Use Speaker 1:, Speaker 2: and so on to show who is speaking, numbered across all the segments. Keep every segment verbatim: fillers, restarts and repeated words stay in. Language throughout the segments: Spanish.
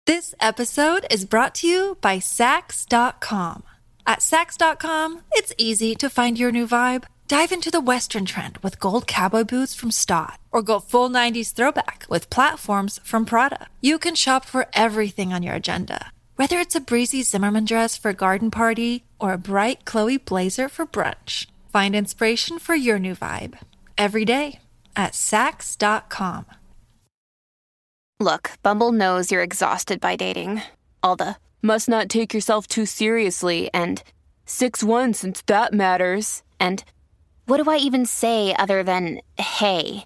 Speaker 1: This episode is brought to you by Sax dot com. At Sax dot com, it's easy to find your new vibe. Dive into the Western trend with gold cowboy boots from Stott, or go full nineties throwback with platforms from Prada. You can shop for everything on your agenda, whether it's a breezy Zimmermann dress for a garden party or a bright Chloe blazer for brunch. Find inspiration for your new vibe every day at Sax dot com.
Speaker 2: Look, Bumble knows you're exhausted by dating. All the, must not take yourself too seriously, and six one since that matters, and what do I even say other than, hey?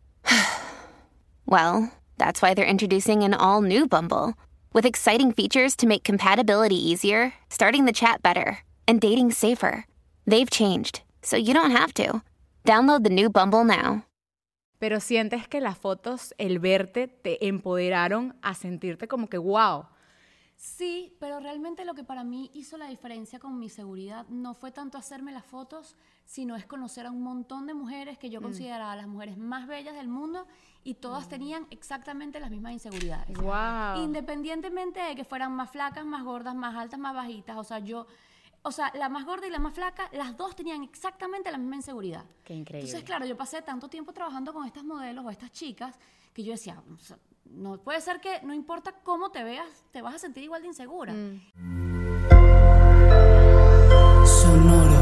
Speaker 2: Well, that's why they're introducing an all-new Bumble, with exciting features to make compatibility easier, starting the chat better, and dating safer. They've changed, so you don't have to. Download the new Bumble now.
Speaker 3: Pero sientes que las fotos, el verte, te empoderaron a sentirte como que wow.
Speaker 4: Sí, pero realmente lo que para mí hizo la diferencia con mi seguridad no fue tanto hacerme las fotos, sino es conocer a un montón de mujeres que yo mm. consideraba las mujeres más bellas del mundo y todas mm. tenían exactamente las mismas inseguridades.
Speaker 3: Wow.
Speaker 4: Independientemente de que fueran más flacas, más gordas, más altas, más bajitas, o sea, yo... O sea, la más gorda y la más flaca, las dos tenían exactamente la misma inseguridad.
Speaker 3: Qué increíble.
Speaker 4: Entonces, claro, yo pasé tanto tiempo trabajando con estas modelos o estas chicas que yo decía, o sea, no puede ser que no importa cómo te veas, te vas a sentir igual de insegura.
Speaker 3: Mm.
Speaker 5: Sonoro.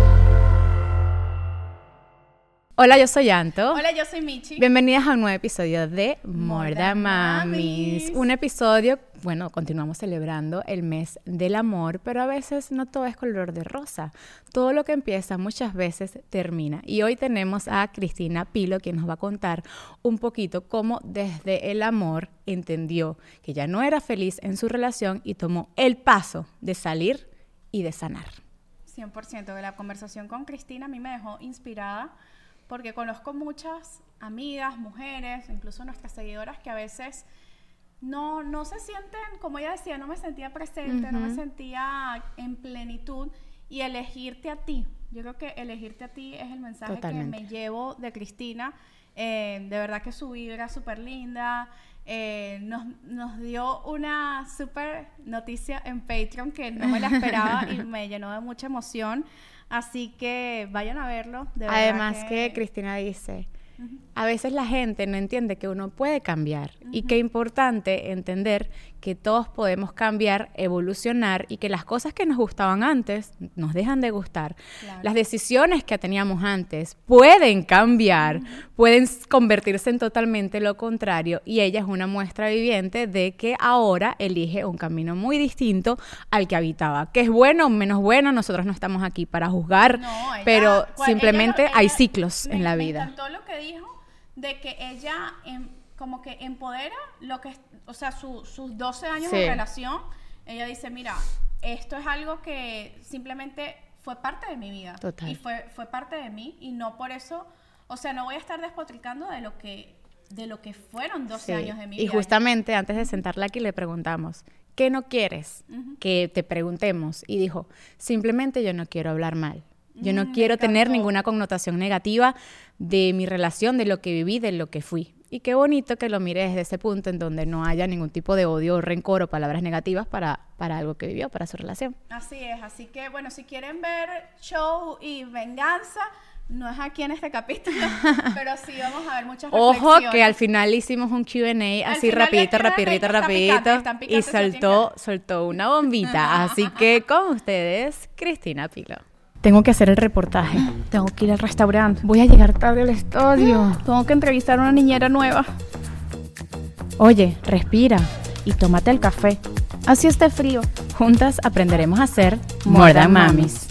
Speaker 3: Hola, yo soy Anto.
Speaker 5: Hola, yo soy Michi.
Speaker 3: Bienvenidas a un nuevo episodio de More Than
Speaker 5: Mamis.
Speaker 3: Mamis. Un episodio, bueno, continuamos celebrando el mes del amor, pero a veces no todo es color de rosa. Todo lo que empieza muchas veces termina. Y hoy tenemos a Cristina Pilo, quien nos va a contar un poquito cómo desde el amor entendió que ya no era feliz en su relación y tomó el paso de salir y de sanar.
Speaker 5: cien por ciento de la conversación con Cristina a mí me dejó inspirada, porque conozco muchas amigas, mujeres, incluso nuestras seguidoras que a veces no, no se sienten, como ella decía, no me sentía presente, uh-huh. no me sentía en plenitud, y elegirte a ti. Yo creo que elegirte a ti es el mensaje Totalmente. que me llevo de Cristina. Eh, de verdad que su vibra súper linda. Eh, nos, nos dio una súper noticia en Patreon que no me la esperaba y me llenó de mucha emoción. Así que vayan a verlo. De verdad
Speaker 3: Además
Speaker 5: que...
Speaker 3: que Cristina dice,
Speaker 5: uh-huh.
Speaker 3: a veces la gente no entiende que uno puede cambiar uh-huh. y que es importante entender que todos podemos cambiar, evolucionar y que las cosas que nos gustaban antes nos dejan de gustar. Claro. Las decisiones que teníamos antes pueden cambiar, uh-huh. pueden convertirse en totalmente lo contrario, y ella es una muestra viviente de que ahora elige un camino muy distinto al que habitaba. Que es bueno o menos bueno, nosotros no estamos aquí para juzgar,
Speaker 5: no, ella,
Speaker 3: pero
Speaker 5: cual,
Speaker 3: simplemente
Speaker 5: ella,
Speaker 3: hay
Speaker 5: ella,
Speaker 3: ciclos
Speaker 5: me,
Speaker 3: en la
Speaker 5: me
Speaker 3: vida.
Speaker 5: Me encantó lo que dijo, de que ella em, como que empodera lo que, o sea, su, sus doce años
Speaker 3: sí.
Speaker 5: de relación. Ella dice, mira, esto es algo que simplemente fue parte de mi vida.
Speaker 3: Total.
Speaker 5: Y fue, fue parte de mí, y no por eso, o sea, no voy a estar despotricando de lo que, de lo que fueron doce sí. años de mi
Speaker 3: y
Speaker 5: vida.
Speaker 3: Y justamente antes de sentarla aquí le preguntamos, ¿qué no quieres uh-huh. que te preguntemos? Y dijo, simplemente yo no quiero hablar mal. Yo no mm, quiero tener ninguna connotación negativa de mi relación, de lo que viví, de lo que fui. Y qué bonito que lo mire desde ese punto en donde no haya ningún tipo de odio o rencor o palabras negativas para, para algo que vivió, para su relación.
Speaker 5: Así es, así que bueno, si quieren ver show y venganza, no es aquí en este capítulo, pero sí vamos a ver muchas reflexiones.
Speaker 3: Ojo que al final hicimos un Q and A así rapidito, rapidito, rapidito, y soltó, soltó una bombita. Así que con ustedes, Cristina Pilo. Tengo que hacer el reportaje.
Speaker 5: Tengo que ir al restaurante.
Speaker 3: Voy a llegar tarde al estudio.
Speaker 5: Tengo que entrevistar a una niñera nueva.
Speaker 3: Oye, respira y tómate el café.
Speaker 5: Así esté frío.
Speaker 3: Juntas aprenderemos a ser More Than Mamis.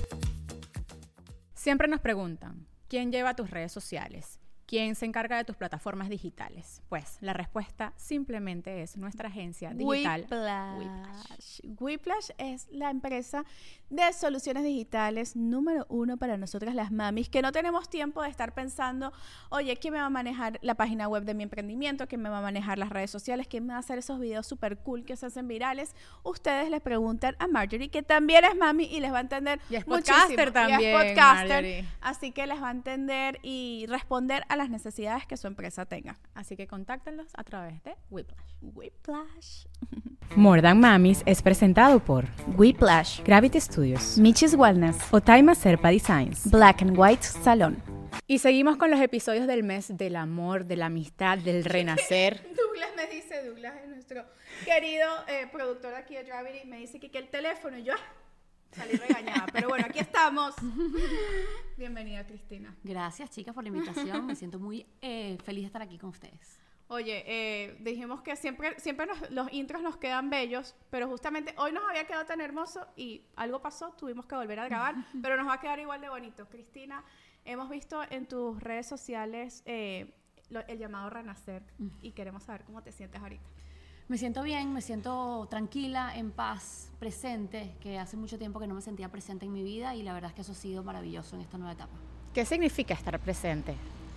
Speaker 3: Siempre nos preguntan, ¿quién lleva tus redes sociales? ¿Quién se encarga de tus plataformas digitales? Pues la respuesta simplemente es nuestra agencia digital
Speaker 5: Whiplash.
Speaker 3: Whiplash.
Speaker 5: Whiplash es la empresa de soluciones digitales número uno para nosotras las mamis, que no tenemos tiempo de estar pensando, oye, ¿quién me va a manejar la página web de mi emprendimiento? ¿Quién me va a manejar las redes sociales? ¿Quién me va a hacer esos videos súper cool que se hacen virales? Ustedes les preguntan a Marjorie, que también es mami y les va a entender
Speaker 3: y es
Speaker 5: muchísimo.
Speaker 3: podcaster también,
Speaker 5: y es podcaster,
Speaker 3: Marjorie.
Speaker 5: Así que les va a entender y responder a las necesidades que su empresa tenga.
Speaker 3: Así que contáctenlos a través de Whiplash.
Speaker 5: Whiplash.
Speaker 3: More Than Mamis es presentado por
Speaker 6: Whiplash,
Speaker 3: Gravity Studios,
Speaker 6: Michis Wellness,
Speaker 3: Otaima Serpa Designs,
Speaker 6: Black and White Salon.
Speaker 3: Y seguimos con los episodios del mes del amor, de la amistad, del renacer.
Speaker 5: Douglas me dice, Douglas es nuestro querido eh, productor aquí de Gravity, me dice que, que el teléfono, y yo salí regañada, pero bueno, aquí estamos. Bienvenida, Cristina.
Speaker 4: Gracias, chicas, por la invitación. Me siento muy eh, feliz de estar aquí con ustedes.
Speaker 5: Oye, eh, dijimos que siempre, siempre nos, los intros nos quedan bellos, pero justamente hoy nos había quedado tan hermoso y algo pasó, tuvimos que volver a grabar, pero nos va a quedar igual de bonito. Cristina, hemos visto en tus redes sociales eh, lo, el llamado Renacer y queremos saber cómo te sientes ahorita.
Speaker 4: Me siento bien, me siento tranquila, en paz, presente, que hace mucho tiempo que no me sentía presente en mi vida y la verdad es que eso ha sido maravilloso en esta nueva etapa.
Speaker 3: ¿Qué significa estar presente?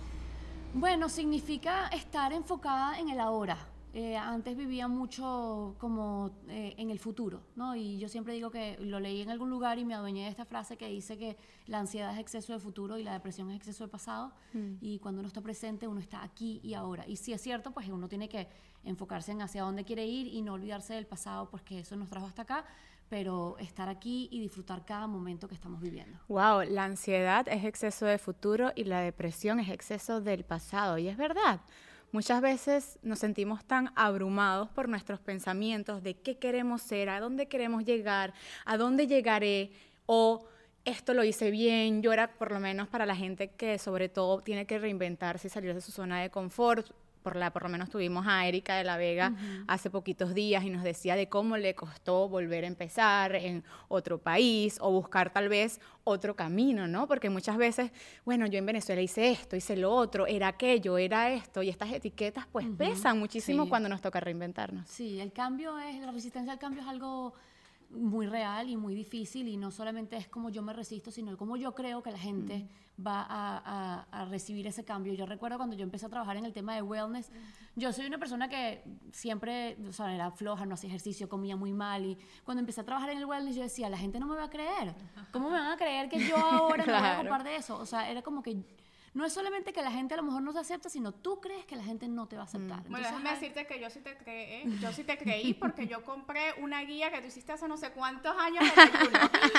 Speaker 4: Bueno, significa estar enfocada en el ahora. Eh, antes vivía mucho como eh, en el futuro, ¿no? Y yo siempre digo que lo leí en algún lugar y me adueñé de esta frase que dice que la ansiedad es exceso de futuro y la depresión es exceso de pasado. Mm. Y cuando uno está presente, uno está aquí y ahora. Y si es cierto, pues uno tiene que enfocarse en hacia dónde quiere ir y no olvidarse del pasado, porque eso nos trajo hasta acá, pero estar aquí y disfrutar cada momento que estamos viviendo.
Speaker 3: Wow, la ansiedad es exceso de futuro y la depresión es exceso del pasado. Y es verdad, muchas veces nos sentimos tan abrumados por nuestros pensamientos de qué queremos ser, a dónde queremos llegar, a dónde llegaré, o esto lo hice bien. Yo era, por lo menos para la gente que sobre todo tiene que reinventarse y salir de su zona de confort. Por, la, por lo menos tuvimos a Erika de la Vega uh-huh. hace poquitos días y nos decía de cómo le costó volver a empezar en otro país o buscar tal vez otro camino, ¿no? Porque muchas veces, bueno, yo en Venezuela hice esto, hice lo otro, era aquello, era esto, y estas etiquetas pues uh-huh. pesan muchísimo sí. cuando nos toca reinventarnos.
Speaker 4: Sí, el cambio es, la resistencia al cambio es algo muy real y muy difícil, y no solamente es como yo me resisto, sino como yo creo que la gente mm. va a, a, a recibir ese cambio. Yo recuerdo cuando yo empecé a trabajar en el tema de wellness, mm. yo soy una persona que siempre, o sea, era floja, no hacía ejercicio, comía muy mal, y cuando empecé a trabajar en el wellness yo decía, la gente no me va a creer. ¿Cómo me van a creer que yo ahora claro. me voy a ocupar de eso? O sea, era como que no es solamente que la gente a lo mejor no te acepta, sino tú crees que la gente no te va a aceptar.
Speaker 5: Mm. Bueno, déjame decirte que yo sí te creí, yo sí te creí porque yo compré una guía que tú hiciste hace no sé cuántos años de ayuno.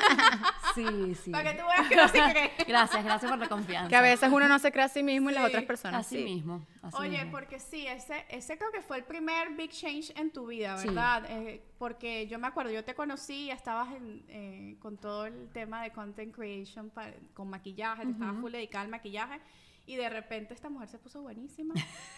Speaker 4: Sí, sí.
Speaker 5: Para que tú veas que no se cree.
Speaker 4: Gracias, gracias por la confianza.
Speaker 3: Que a veces uno no se cree a sí mismo y sí, las otras personas
Speaker 4: así
Speaker 3: sí.
Speaker 4: mismo. Así
Speaker 5: Oye,
Speaker 4: mismo.
Speaker 5: porque sí, ese, ese creo que fue el primer big change en tu vida, ¿verdad? Sí. Eh, porque yo me acuerdo, yo te conocí y estabas en, eh, con todo el tema de content creation, para, con maquillaje, uh-huh. te estabas full dedicada al maquillaje. Y de repente esta mujer se puso buenísima.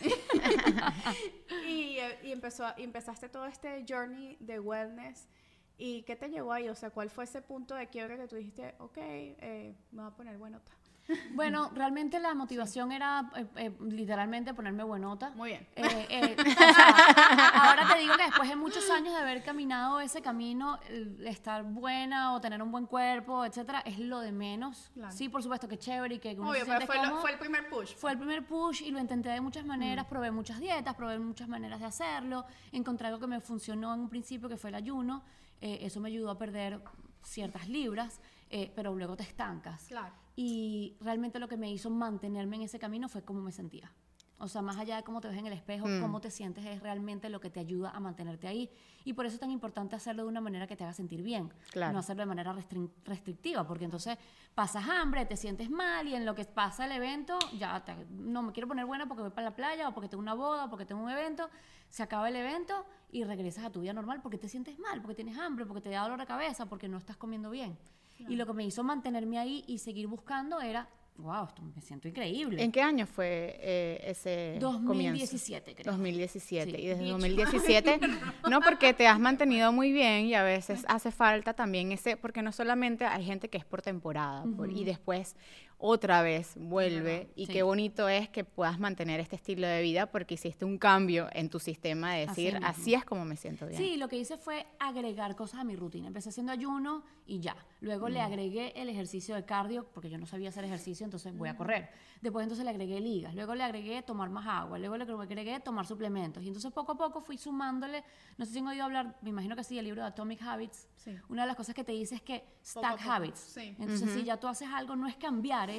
Speaker 5: y, y, empezó, y empezaste todo este journey de wellness. ¿Y qué te llevó ahí? O sea, ¿cuál fue ese punto de quiebre que tú dijiste, ok, eh, me voy a poner buenota?
Speaker 4: Bueno, realmente la motivación sí. era eh, eh, literalmente ponerme buenota.
Speaker 5: Muy bien.
Speaker 4: Eh, eh, o sea, ahora te digo que después de muchos años de haber caminado ese camino, el estar buena o tener un buen cuerpo, etcétera, es lo de menos. Claro. Sí, por supuesto que chévere y que uno
Speaker 5: Obvio,
Speaker 4: se
Speaker 5: pero
Speaker 4: siente
Speaker 5: fue,
Speaker 4: cómodo.
Speaker 5: Lo, fue el primer push.
Speaker 4: Fue el primer push y lo intenté de muchas maneras, mm. probé muchas dietas, probé muchas maneras de hacerlo, encontré algo que me funcionó en un principio, que fue el ayuno. Eh, eso me ayudó a perder ciertas libras, eh, pero luego te estancas.
Speaker 5: Claro.
Speaker 4: Y realmente lo que me hizo mantenerme en ese camino fue cómo me sentía. O sea, más allá de cómo te ves en el espejo, mm. cómo te sientes es realmente lo que te ayuda a mantenerte ahí. Y por eso es tan importante hacerlo de una manera que te haga sentir bien. Claro. No hacerlo de manera restri- restrictiva, porque entonces pasas hambre, te sientes mal y en lo que pasa el evento, ya te, no me quiero poner buena porque voy para la playa o porque tengo una boda o porque tengo un evento. Se acaba el evento y regresas a tu vida normal porque te sientes mal, porque tienes hambre, porque te da dolor de cabeza, porque no estás comiendo bien. Claro. Y lo que me hizo mantenerme ahí y seguir buscando era, wow, esto me siento increíble.
Speaker 3: ¿En qué año fue eh, ese
Speaker 4: dos mil diecisiete,
Speaker 3: comienzo?
Speaker 4: creo.
Speaker 3: dos mil diecisiete.
Speaker 4: Sí.
Speaker 3: Y desde
Speaker 4: Bicho.
Speaker 3: dos mil diecisiete, no, porque te has mantenido muy bien y a veces hace falta también ese, porque no solamente hay gente que es por temporada uh-huh. por, y después otra vez vuelve uh-huh. y sí. qué bonito es que puedas mantener este estilo de vida porque hiciste un cambio en tu sistema de decir, así, así es como me siento bien.
Speaker 4: Sí, lo que hice fue agregar cosas a mi rutina. Empecé haciendo ayuno y ya. Luego mm. le agregué el ejercicio de cardio porque yo no sabía hacer ejercicio, entonces voy a correr. Después entonces le agregué ligas. Luego le agregué tomar más agua. Luego le agregué tomar suplementos. Y entonces poco a poco fui sumándole, no sé si han oído hablar, me imagino que sí, el libro de Atomic Habits. Sí. Una de las cosas que te dice es que stack habits.
Speaker 5: Sí.
Speaker 4: Entonces uh-huh. si ya tú haces algo, no es cambiar, es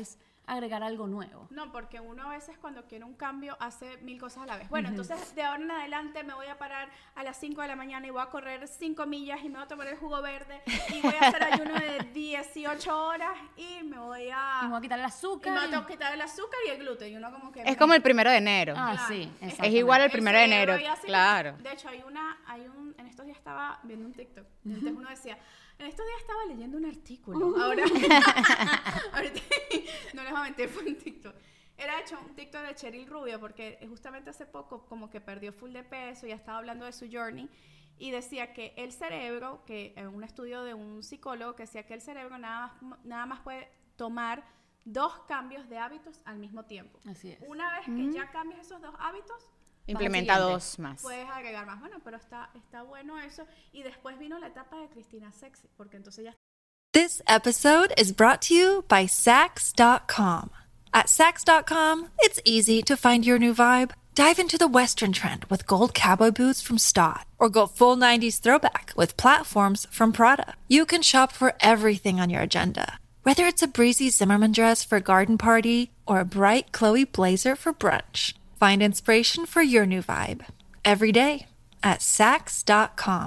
Speaker 4: agregar algo nuevo.
Speaker 5: No, porque uno a veces cuando quiere un cambio hace mil cosas a la vez. Bueno, uh-huh. entonces de ahora en adelante me voy a parar a las cinco de la mañana y voy a correr cinco millas y me voy a tomar el jugo verde y voy a hacer ayuno de dieciocho horas y me voy a...
Speaker 4: Y me voy a quitar el azúcar.
Speaker 5: Y me voy a quitar el azúcar y el gluten. Y uno como que...
Speaker 3: Es me... como el primero de enero.
Speaker 4: Ah,
Speaker 5: claro.
Speaker 4: sí.
Speaker 3: Es igual el primero de enero, claro.
Speaker 5: De hecho, hay una, hay un, en estos días estaba viendo un TikTok. Uh-huh. Entonces uno decía... En estos días estaba leyendo un artículo. Uh-huh. Ahora, ahorita, no les voy a mentir, fue un TikTok. Era hecho un TikTok de Cheryl Rubio, porque justamente hace poco como que perdió full de peso y estaba hablando de su journey. Y decía que el cerebro, que en un estudio de un psicólogo, que decía que el cerebro nada más, nada más puede tomar dos cambios de hábitos al mismo tiempo.
Speaker 4: Así es.
Speaker 5: Una vez que
Speaker 4: uh-huh.
Speaker 5: ya cambias esos dos hábitos,
Speaker 3: implementa dos más.
Speaker 5: Puedes agregar más. Bueno, pero está, está bueno eso. Y después vino la etapa de Cristina Sexy, porque entonces ya...
Speaker 1: This episode is brought to you by Sax dot com. At Sax dot com, it's easy to find your new vibe. Dive into the Western trend with gold cowboy boots from Stott, or go full nineties throwback with platforms from Prada. You can shop for everything on your agenda, whether it's a breezy Zimmermann dress for a garden party or a bright Chloe blazer for brunch. Find inspiration for your new vibe every day at Sax dot com.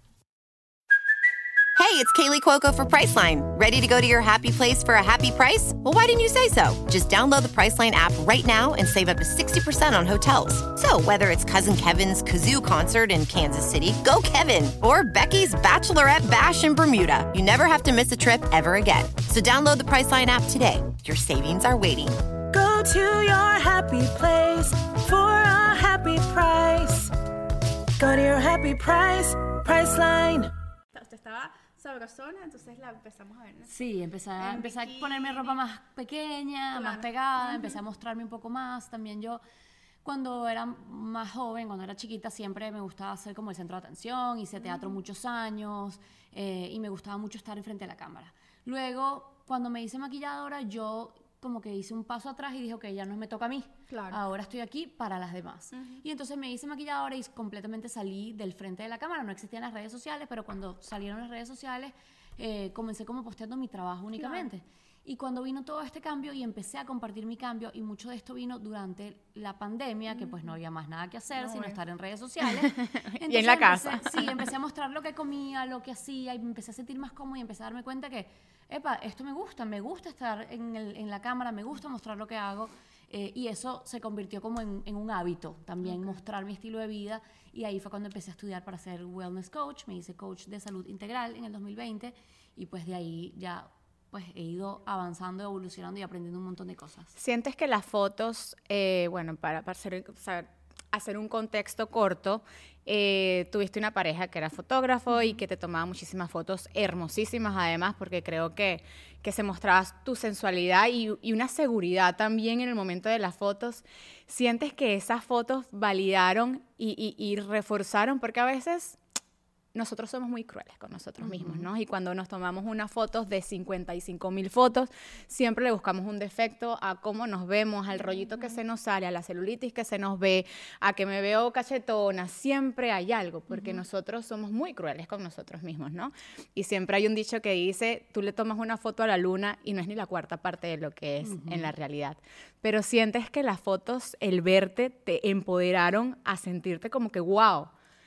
Speaker 7: Hey, it's Kaylee Cuoco for Priceline. Ready to go to your happy place for a happy price? Well, why didn't you say so? Just download the Priceline app right now and save up to sixty percent on hotels. So whether it's Cousin Kevin's Kazoo Concert in Kansas City, go Kevin, or Becky's Bachelorette Bash in Bermuda, you never have to miss a trip ever again. So download the Priceline app today. Your savings are waiting.
Speaker 8: Go to your happy place for a happy price. Go to your happy price, Priceline.
Speaker 5: Usted estaba sabrosona, entonces la empezamos a ver, ¿no?
Speaker 4: Sí, empecé, a, empecé a ponerme ropa más pequeña, claro. más pegada, uh-huh. empecé a mostrarme un poco más. También yo, cuando era más joven, cuando era chiquita, siempre me gustaba ser como el centro de atención, hice teatro uh-huh. muchos años eh, y me gustaba mucho estar enfrente de la cámara. Luego, cuando me hice maquilladora, yo como que hice un paso atrás y dije, ok, ya no me toca a mí, claro. ahora estoy aquí para las demás. Uh-huh. Y entonces me hice maquilladora y completamente salí del frente de la cámara. No existían las redes sociales, pero cuando salieron las redes sociales, eh, comencé como posteando mi trabajo únicamente. Claro. Y cuando vino todo este cambio y empecé a compartir mi cambio, y mucho de esto vino durante la pandemia, uh-huh. que pues no había más nada que hacer, no, sino estar en redes sociales. Entonces,
Speaker 3: y en la casa.
Speaker 4: Empecé, sí, empecé a mostrar lo que comía, lo que hacía, y me empecé a sentir más cómoda y empecé a darme cuenta que epa, esto me gusta, me gusta estar en, el, en la cámara, me gusta mostrar lo que hago, eh, y eso se convirtió como en, en un hábito también, okay. mostrar mi estilo de vida, y ahí fue cuando empecé a estudiar para ser wellness coach. Me hice coach de salud integral en el dos mil veinte, y pues de ahí ya pues he ido avanzando, evolucionando y aprendiendo un montón de cosas.
Speaker 3: ¿Sientes que las fotos, eh, bueno, para, para hacer, o sea, hacer un contexto corto, eh, tuviste una pareja que era fotógrafo uh-huh. y que te tomaba muchísimas fotos hermosísimas además, porque creo que, que se mostraba tu sensualidad y, y una seguridad también en el momento de las fotos? ¿Sientes que esas fotos validaron y, y, y reforzaron? Porque a veces nosotros somos muy crueles con nosotros uh-huh. mismos, ¿no? Y cuando nos tomamos unas fotos de cincuenta y cinco mil fotos, siempre le buscamos un defecto a cómo nos vemos, al rollito uh-huh. que se nos sale, a la celulitis que se nos ve, a que me veo cachetona. Siempre hay algo, porque uh-huh. nosotros somos muy crueles con nosotros mismos, ¿no? Y siempre hay un dicho que dice, tú le tomas una foto a la luna y no es ni la cuarta parte de lo que es uh-huh. en la realidad. Pero sientes que las fotos, el verte, te empoderaron a sentirte como que wow.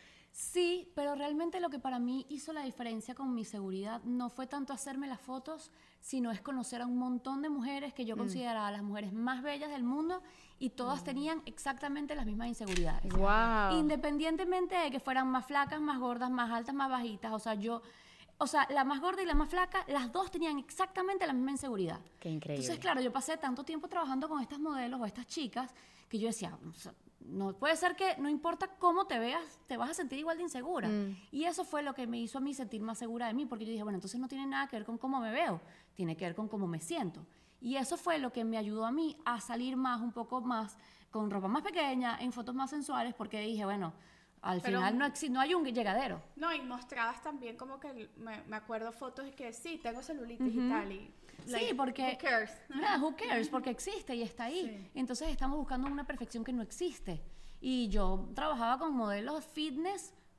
Speaker 4: Sí, pero realmente lo que para mí hizo la diferencia con mi seguridad no fue tanto hacerme las fotos, sino es conocer a un montón de mujeres que yo mm. consideraba las mujeres más bellas del mundo, y todas mm. tenían exactamente las mismas inseguridades.
Speaker 3: Wow.
Speaker 4: Independientemente de que fueran más flacas, más gordas, más altas, más bajitas. O sea, yo... O sea, la más gorda y la más flaca, las dos tenían exactamente la misma inseguridad.
Speaker 3: Qué increíble.
Speaker 4: Entonces, claro, yo pasé tanto tiempo trabajando con estas modelos o estas chicas que yo decía, o sea, no puede ser que no importa cómo te veas, te vas a sentir igual de insegura. Mm. Y eso fue lo que me hizo a mí sentir más segura de mí, porque yo dije, bueno, entonces no tiene nada que ver con cómo me veo, tiene que ver con cómo me siento. Y eso fue lo que me ayudó a mí a salir más, un poco más, con ropa más pequeña, en fotos más sensuales, porque dije, bueno, al Pero, final no, exi- no hay un llegadero.
Speaker 5: No, y mostrabas también como que, me, me acuerdo fotos de que sí, tengo celulitis uh-huh. y tal. Y, like,
Speaker 4: sí, porque...
Speaker 5: Who cares?
Speaker 4: Yeah, who cares, porque existe y está ahí. Sí. Entonces estamos buscando una perfección que no existe. Y yo trabajaba con modelos fitness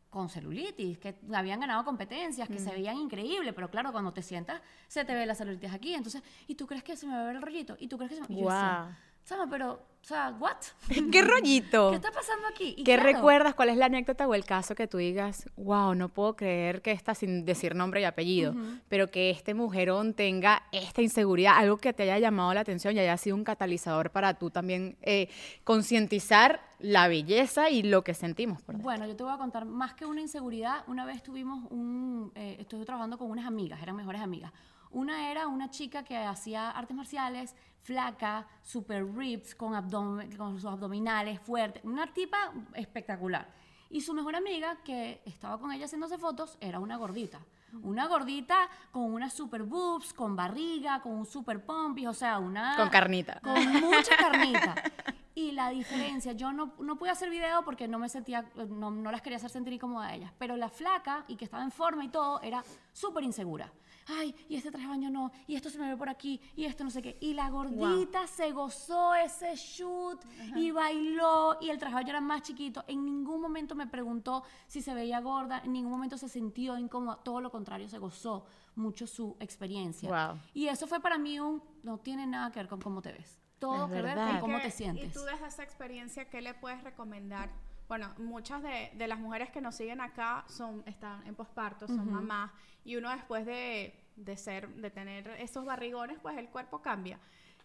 Speaker 4: con celulitis, que habían ganado competencias, que mm. se veían increíbles, pero claro, cuando te sientas, se te ve la celulitis aquí. Entonces, ¿y tú crees que se me va a ver el rollito? ¿Y tú crees que se me va a ver?
Speaker 3: Wow.
Speaker 4: Yo decía, ¿sabes? Pero, o sea, ¿what?
Speaker 3: ¿Qué rollito?
Speaker 4: ¿Qué está pasando aquí? Y
Speaker 3: ¿Qué
Speaker 4: claro,
Speaker 3: recuerdas? ¿Cuál es la anécdota o el caso que tú digas, wow, no puedo creer que esta, sin decir nombre y apellido, uh-huh. pero que este mujerón tenga esta inseguridad, algo que te haya llamado la atención y haya sido un catalizador para tú también eh, concientizar la belleza y lo que sentimos por dentro?
Speaker 4: Bueno, yo te voy a contar, más que una inseguridad, una vez tuvimos un, eh, estuve trabajando con unas amigas, eran mejores amigas. Una era una chica que hacía artes marciales, flaca, super ripped, con, abdomen, con sus abdominales fuertes, una tipa espectacular. Y su mejor amiga, que estaba con ella haciéndose fotos, era una gordita. Una gordita con unas super boobs, con barriga, con un super pompis, o sea, una...
Speaker 3: Con carnita.
Speaker 4: Con mucha carnita. Y la diferencia, yo no, no pude hacer video porque no me sentía, no, no las quería hacer sentir incómoda a ellas, pero la flaca, y que estaba en forma y todo, era súper insegura. Ay, y este traje de baño no, y esto se me ve por aquí, y esto no sé qué. Y la gordita wow. se gozó ese shoot, uh-huh. y bailó, y el traje de baño era más chiquito. En ningún momento me preguntó si se veía gorda, en ningún momento se sintió incómoda, todo lo contrario, se gozó mucho su experiencia.
Speaker 3: Wow.
Speaker 4: Y eso fue para mí un, no tiene nada que ver con cómo te ves. Todo que ver con cómo te sientes.
Speaker 5: Y tú desde esa experiencia, ¿qué le puedes recomendar? Bueno, muchas de, de las mujeres que nos siguen acá son, están en posparto, son uh-huh. mamás, y uno después de, de ser, de tener esos barrigones, pues el cuerpo cambia.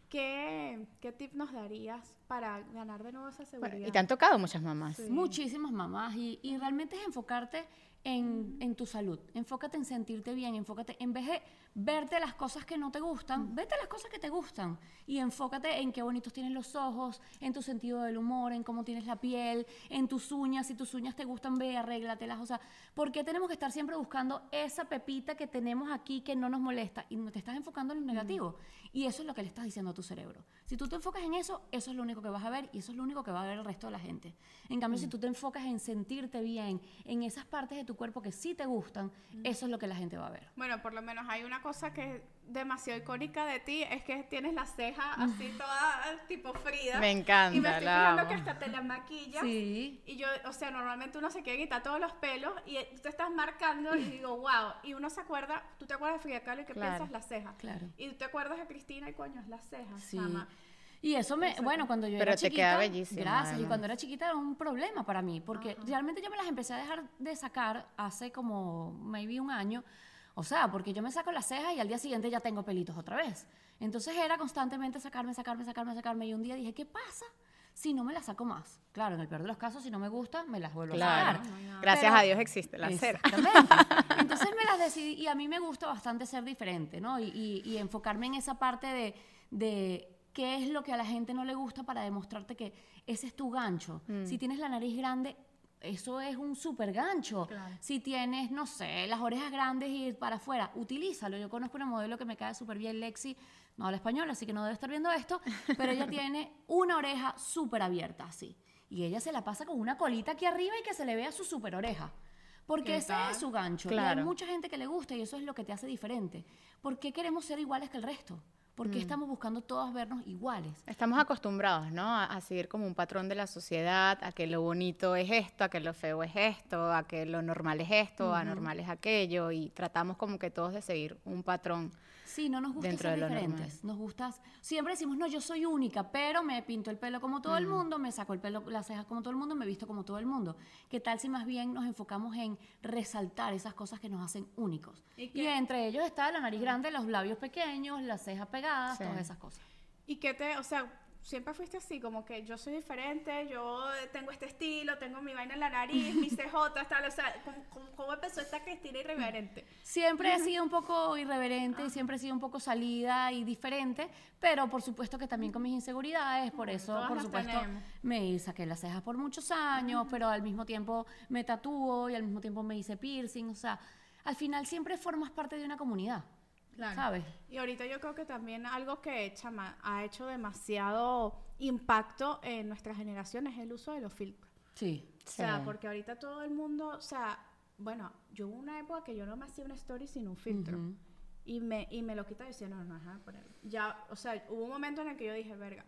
Speaker 5: ¿Qué, qué tip nos darías para ganar de nuevo esa seguridad?
Speaker 3: Bueno, y te han tocado muchas mamás.
Speaker 4: Sí. Muchísimas mamás, y, y realmente es enfocarte en, en tu salud, enfócate en sentirte bien, enfócate, en vez de verte las cosas que no te gustan, mm. vete las cosas que te gustan, y enfócate en qué bonitos tienes los ojos, en tu sentido del humor, en cómo tienes la piel, en tus uñas, si tus uñas te gustan, ve, arréglatelas, o sea, ¿por qué tenemos que estar siempre buscando esa pepita que tenemos aquí que no nos molesta? Y te estás enfocando en lo negativo, mm. y eso es lo que le estás diciendo a tu cerebro. Si tú te enfocas en eso, eso es lo único que vas a ver, y eso es lo único que va a ver el resto de la gente. En cambio, mm. si tú te enfocas en sentirte bien, en esas partes de tu cuerpo que sí te gustan, mm. eso es lo que la gente va a ver.
Speaker 5: Bueno, por lo menos hay una cosa que es demasiado icónica de ti, es que tienes la ceja así toda tipo Frida.
Speaker 3: Me encanta.
Speaker 5: Y me estoy fijando que hasta te la maquillas.
Speaker 4: Sí.
Speaker 5: Y yo, o sea, normalmente uno se quiere quitar todos los pelos y tú te estás marcando y digo, wow. Y uno se acuerda, tú te acuerdas de Frida Kahlo y que
Speaker 4: claro,
Speaker 5: piensas la ceja.
Speaker 4: Claro.
Speaker 5: Y tú te acuerdas de Cristina y coño, es la ceja.
Speaker 4: Sí.
Speaker 5: Chama.
Speaker 4: Y eso me, bueno, cuando yo
Speaker 3: Pero
Speaker 4: era
Speaker 3: te
Speaker 4: chiquita,
Speaker 3: queda bellísima,
Speaker 4: gracias,
Speaker 3: además.
Speaker 4: Y cuando era chiquita era un problema para mí, porque uh-huh. realmente yo me las empecé a dejar de sacar hace como, maybe un año, o sea, porque yo me saco las cejas y al día siguiente ya tengo pelitos otra vez. Entonces era constantemente sacarme, sacarme, sacarme, sacarme, y un día dije, ¿qué pasa si no me las saco más? Claro, en el peor de los casos, si no me gusta, me las vuelvo
Speaker 3: claro.
Speaker 4: a sacar.
Speaker 3: Oh, no. Gracias Pero, a Dios existe la cera.
Speaker 4: Exactamente. Entonces me las decidí, y a mí me gusta bastante ser diferente, ¿no? Y, y, y enfocarme en esa parte de... de qué es lo que a la gente no le gusta para demostrarte que ese es tu gancho. Mm. Si tienes la nariz grande, eso es un súper gancho. Claro. Si tienes, no sé, las orejas grandes y ir para afuera, utilízalo. Yo conozco una modelo que me cae súper bien, Lexi, no habla español, así que no debe estar viendo esto, pero ella tiene una oreja súper abierta, así. Y ella se la pasa con una colita aquí arriba y que se le vea su súper oreja. Porque ese tal? es su gancho. Claro. Y hay mucha gente que le gusta y eso es lo que te hace diferente. ¿Por qué queremos ser iguales que el resto? Porque mm. estamos buscando todos vernos iguales.
Speaker 3: Estamos acostumbrados, ¿no? A, a seguir como un patrón de la sociedad, a que lo bonito es esto, a que lo feo es esto, a que lo normal es esto, uh-huh. anormal es aquello, y tratamos como que todos de seguir un patrón.
Speaker 4: Sí, no nos gusta
Speaker 3: dentro
Speaker 4: ser
Speaker 3: de lo
Speaker 4: diferentes. Nos gusta, siempre decimos, no, yo soy única, pero me pinto el pelo como todo mm. el mundo, me saco el pelo, las cejas como todo el mundo, me visto como todo el mundo. ¿Qué tal si más bien nos enfocamos en resaltar esas cosas que nos hacen únicos? Y, y entre ellos está la nariz grande, los labios pequeños, las cejas pegadas, sí. todas esas cosas.
Speaker 5: ¿Y qué te, o sea, siempre fuiste así, como que yo soy diferente, yo tengo este estilo, tengo mi vaina en la nariz, mis cejotas, tal, o sea, ¿cómo, cómo, cómo empezó esta Cristina irreverente?
Speaker 4: Siempre he sido un poco irreverente, ah. siempre he sido un poco salida y diferente, pero por supuesto que también con mis inseguridades, por eso,
Speaker 5: Todas
Speaker 4: por supuesto,
Speaker 5: tenemos.
Speaker 4: me saqué las cejas por muchos años, uh-huh. pero al mismo tiempo me tatúo y al mismo tiempo me hice piercing, o sea, al final siempre formas parte de una comunidad. Claro. ¿Sabes?
Speaker 5: Y ahorita yo creo que también algo que chama, ha hecho demasiado impacto en nuestra generación es el uso de los filtros.
Speaker 4: Sí.
Speaker 5: O sea, sí. porque ahorita todo el mundo, o sea, bueno, yo hubo una época que yo no me hacía una story sin un filtro. Uh-huh. Y me, y me lo quitaba y decía, no, no, déjame ponerlo. Ya, o sea, hubo un momento en el que yo dije, verga,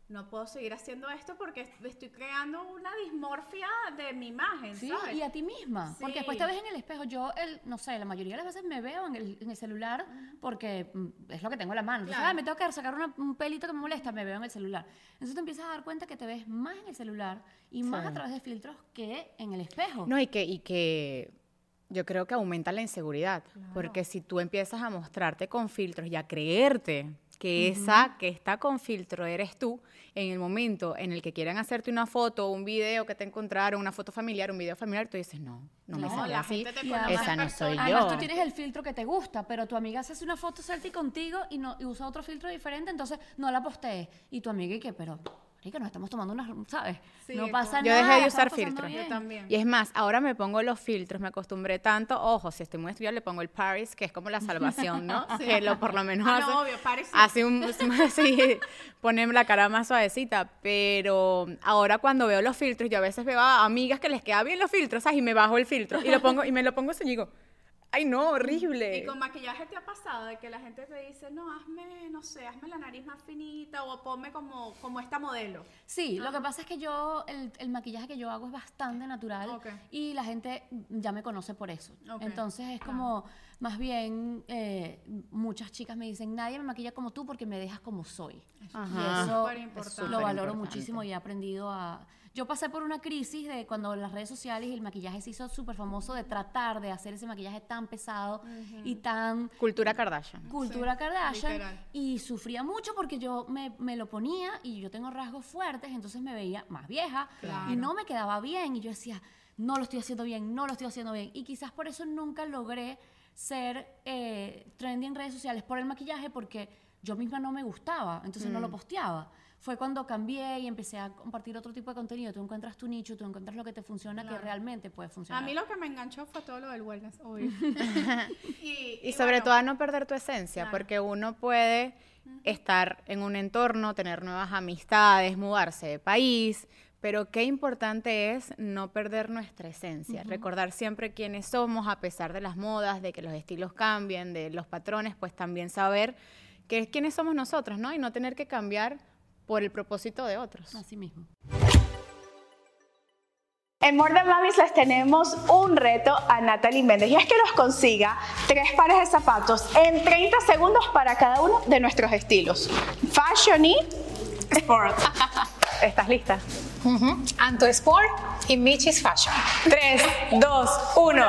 Speaker 5: no puedo seguir haciendo esto porque estoy creando una dismorfia de mi imagen,
Speaker 4: sí,
Speaker 5: ¿sabes?
Speaker 4: Y a ti misma,
Speaker 5: Sí.
Speaker 4: porque después te ves en el espejo. Yo, el, no sé, la mayoría de las veces me veo en el, en el celular porque mm, es lo que tengo en la mano. Entonces,
Speaker 5: Claro.
Speaker 4: ah, me tengo que sacar una- un pelito que me molesta, me veo en el celular. Entonces te empiezas a dar cuenta que te ves más en el celular y más a través de filtros que en el espejo.
Speaker 3: No, y que, y que yo creo que aumenta la inseguridad, porque si tú empiezas a mostrarte con filtros y a creerte que esa que está con filtro eres tú, en el momento en el que quieran hacerte una foto, un video que te encontraron, una foto familiar, un video familiar, tú dices, no, no me
Speaker 4: Claro,
Speaker 3: sale
Speaker 5: la
Speaker 3: así,
Speaker 5: gente te
Speaker 4: Y
Speaker 5: conoce
Speaker 4: además-
Speaker 3: esa no soy
Speaker 5: persona.
Speaker 3: yo.
Speaker 4: Además, tú tienes el filtro que te gusta, pero tu amiga se hace una foto selfie contigo y, no, y usa otro filtro diferente, entonces no la postees. Y tu amiga, ¿y qué? Pero, marica, nos estamos tomando unas, ¿sabes?
Speaker 5: Sí,
Speaker 4: no pasa
Speaker 3: Yo
Speaker 4: nada.
Speaker 3: dejé de
Speaker 4: la
Speaker 3: usar
Speaker 4: estamos pasando
Speaker 3: filtros.
Speaker 4: bien.
Speaker 5: Yo también.
Speaker 3: Y es más, ahora me pongo los filtros, me acostumbré tanto, ojo, si estoy muy estudiada le pongo el Paris, que es como la salvación, ¿no? Que lo por lo menos
Speaker 5: Ah,
Speaker 3: hace,
Speaker 5: no, obvio, Paris sí.
Speaker 3: hace un, sí, pone la cara más suavecita, pero ahora cuando veo los filtros, yo a veces veo a amigas que les queda bien los filtros, ¿sabes? Y me bajo el filtro y lo pongo y me lo pongo así y digo, ay no, horrible.
Speaker 5: Y con maquillaje te ha pasado de que la gente te dice, no, hazme, no sé, hazme la nariz más finita o ponme como, como esta modelo.
Speaker 4: Sí, lo que pasa es que yo, el, el maquillaje que yo hago es bastante natural
Speaker 5: Ok.
Speaker 4: y la gente ya me conoce por eso.
Speaker 5: Ok,
Speaker 4: Entonces es como, más bien, eh, muchas chicas me dicen, nadie me maquilla como tú porque me dejas como soy.
Speaker 3: Ajá.
Speaker 4: Y eso
Speaker 5: Súper importante.
Speaker 4: lo valoro
Speaker 3: importante.
Speaker 4: muchísimo y he aprendido a... Yo pasé por una crisis de cuando las redes sociales y el maquillaje se hizo súper famoso de tratar de hacer ese maquillaje tan pesado y tan
Speaker 3: Cultura Kardashian.
Speaker 4: cultura Kardashian
Speaker 5: literal.
Speaker 4: y sufría mucho porque yo me, me lo ponía y yo tengo rasgos fuertes, entonces me veía más vieja y no me quedaba bien y yo decía, no lo estoy haciendo bien, no lo estoy haciendo bien y quizás por eso nunca logré ser eh, trendy en redes sociales por el maquillaje porque yo misma no me gustaba, entonces no lo posteaba. Fue cuando cambié y empecé a compartir otro tipo de contenido. Tú encuentras tu nicho, tú encuentras lo que te funciona, que realmente puede funcionar.
Speaker 5: A mí lo que me enganchó fue todo lo del wellness, obvio. y,
Speaker 3: Y sobre
Speaker 5: bueno,
Speaker 3: todo a no perder tu esencia,
Speaker 5: Claro.
Speaker 3: porque uno puede estar en un entorno, tener nuevas amistades, mudarse de país, pero qué importante es no perder nuestra esencia, recordar siempre quiénes somos a pesar de las modas, de que los estilos cambien, de los patrones, pues también saber que es quiénes somos nosotros, ¿no? Y no tener que cambiar por el propósito de otros.
Speaker 4: Así mismo.
Speaker 9: En More Than Mamis les tenemos un reto a Natalie Méndez y es que nos consiga tres pares de zapatos en treinta segundos para cada uno de nuestros estilos. Fashion y Sport. ¿Estás lista?
Speaker 10: Uh-huh. Anto Sport y Michis Fashion.
Speaker 9: tres, dos, uno.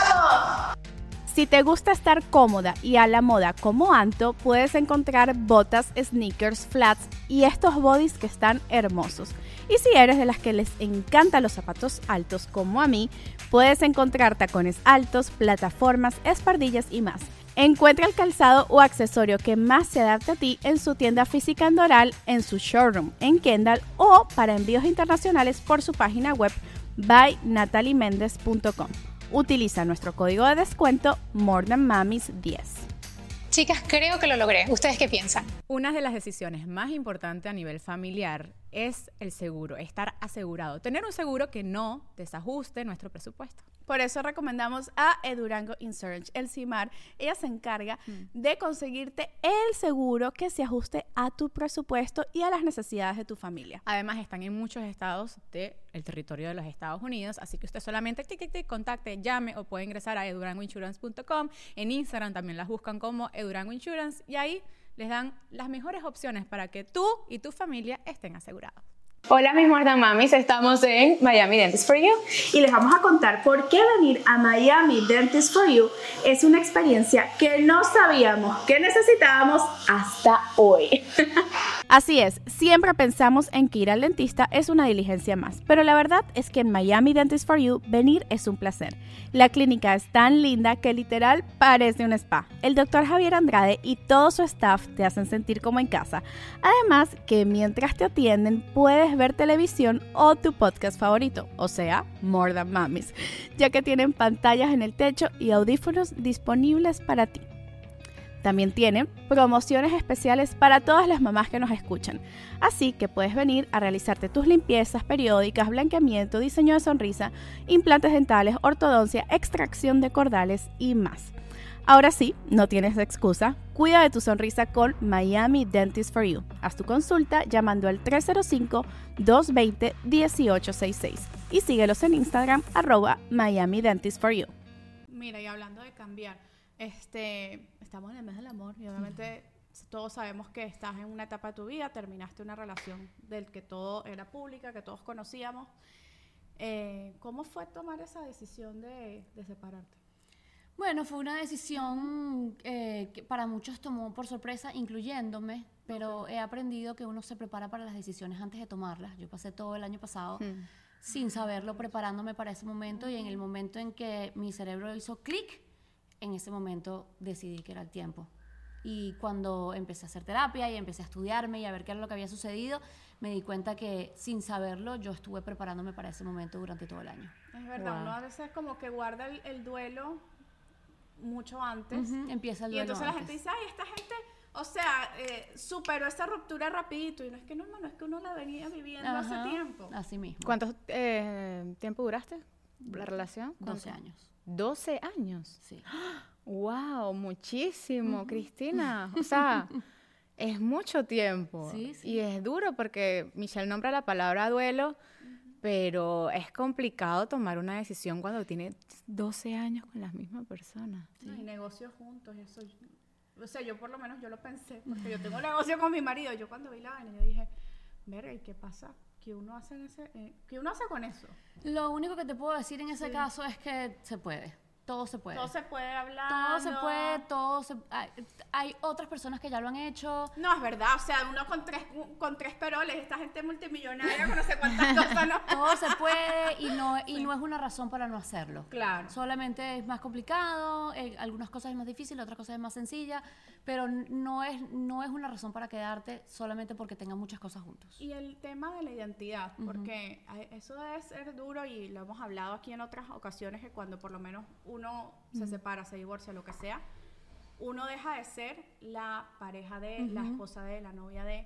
Speaker 6: Si te gusta estar cómoda y a la moda como Anto, puedes encontrar botas, sneakers, flats y estos bodys que están hermosos. Y si eres de las que les encantan los zapatos altos como a mí, puedes encontrar tacones altos, plataformas, espardillas y más. Encuentra el calzado o accesorio que más se adapte a ti en su tienda física en Doral, en su showroom en Kendall o para envíos internacionales por su página web by natalie mendez punto com. Utiliza nuestro código de descuento more than mamis diez.
Speaker 10: Chicas, creo que lo logré. ¿Ustedes qué piensan?
Speaker 3: Una de las decisiones más importantes a nivel familiar es el seguro, estar asegurado, tener un seguro que no desajuste nuestro presupuesto.
Speaker 5: Por eso recomendamos a Edurango Insurance, el CIMAR. Ella se encarga de conseguirte
Speaker 6: El seguro que se ajuste a tu presupuesto y a las necesidades de tu familia.
Speaker 3: Además, están en muchos estados del territorio de los Estados Unidos, así que usted solamente tic, tic, tic, contacte, llame o puede ingresar a edurango insurance punto com. En Instagram también las buscan como Edurango Insurance y ahí les dan las mejores opciones para que tú y tu familia estén asegurados.
Speaker 9: Hola mis More Than Mamis, estamos en Miami Dentist for You y les vamos a contar por qué venir a Miami Dentist for You es una experiencia que no sabíamos que necesitábamos hasta hoy.
Speaker 6: Así es, siempre pensamos en que ir al dentista es una diligencia más, pero la verdad es que en Miami Dentist for You venir es un placer. La clínica es tan linda que literal parece un spa. El doctor Javier Andrade y todo su staff te hacen sentir como en casa. Además que mientras te atienden puedes ver televisión o tu podcast favorito, o sea, More Than Mamis, ya que tienen pantallas en el techo y audífonos disponibles para ti. También tienen promociones especiales para todas las mamás que nos escuchan. Así que puedes venir a realizarte tus limpiezas periódicas, blanqueamiento, diseño de sonrisa, implantes dentales, ortodoncia, extracción de cordales y más. Ahora sí, no tienes excusa. Cuida de tu sonrisa con Miami Dentist for You. Haz tu consulta llamando al tres cero cinco, dos dos cero, uno ocho seis seis y síguelos en Instagram arroba Miami Dentist for You.
Speaker 5: Mira, y hablando de cambiar, este, estamos en el mes del amor y obviamente todos sabemos que estás en una etapa de tu vida, terminaste una relación del que todo era pública, que todos conocíamos. Eh, ¿Cómo fue tomar esa decisión de, de separarte?
Speaker 4: Bueno, fue una decisión eh, que para muchos tomó por sorpresa, incluyéndome, pero he aprendido que uno se prepara para las decisiones antes de tomarlas. Yo pasé todo el año pasado hmm. sin saberlo, preparándome para ese momento, y en el momento en que mi cerebro hizo clic, en ese momento decidí que era el tiempo. Y cuando empecé a hacer terapia y empecé a estudiarme y a ver qué era lo que había sucedido, me di cuenta que sin saberlo yo estuve preparándome para ese momento durante todo el año.
Speaker 5: Es verdad, wow. Uno a veces como que guarda el, el duelo mucho antes.
Speaker 4: Uh-huh, empieza el duelo.
Speaker 5: Y entonces
Speaker 4: antes.
Speaker 5: La gente dice, ay, esta gente, o sea, eh, superó esa ruptura rapidito. Y no es que no, hermano, es que uno la venía viviendo uh-huh, hace tiempo.
Speaker 4: Así mismo.
Speaker 3: ¿Cuánto eh, tiempo duraste la relación?
Speaker 4: doce años.
Speaker 3: ¿doce años?
Speaker 4: Sí.
Speaker 3: ¡Wow! Muchísimo, uh-huh. Cristina. O sea, es mucho tiempo.
Speaker 4: Sí, sí.
Speaker 3: Y es duro porque Michelle nombra la palabra duelo, uh-huh. pero es complicado tomar una decisión cuando tiene doce años con la misma persona.
Speaker 5: Sí. No, y negocios juntos, eso. O sea, yo por lo menos yo lo pensé, porque yo tengo un negocio con mi marido. Yo cuando vi la vaina, yo dije, verga, ¿y qué pasa? ¿Qué uno hace en ese, eh, ¿qué uno hace con eso?
Speaker 4: Lo único que te puedo decir en ese sí. caso es que se puede. Todo se puede.
Speaker 5: Todo se puede hablar.
Speaker 4: Todo se puede, todo se... Hay, hay otras personas que ya lo han hecho.
Speaker 5: No, es verdad. O sea, uno con tres, con tres peroles, esta gente multimillonaria con no sé cuántas cosas, ¿no?
Speaker 4: Todo se puede y no, y sí. no es una razón para no hacerlo.
Speaker 5: Claro.
Speaker 4: Solamente es más complicado, eh, algunas cosas es más difícil, otras cosas es más sencilla, pero no es, no es una razón para quedarte solamente porque tengan muchas cosas juntos.
Speaker 5: Y el tema de la identidad, porque uh-huh. eso debe ser duro y lo hemos hablado aquí en otras ocasiones, que cuando por lo menos uno uno se separa, se divorcia, lo que sea, uno deja de ser la pareja de, uh-huh. la esposa de, la novia de.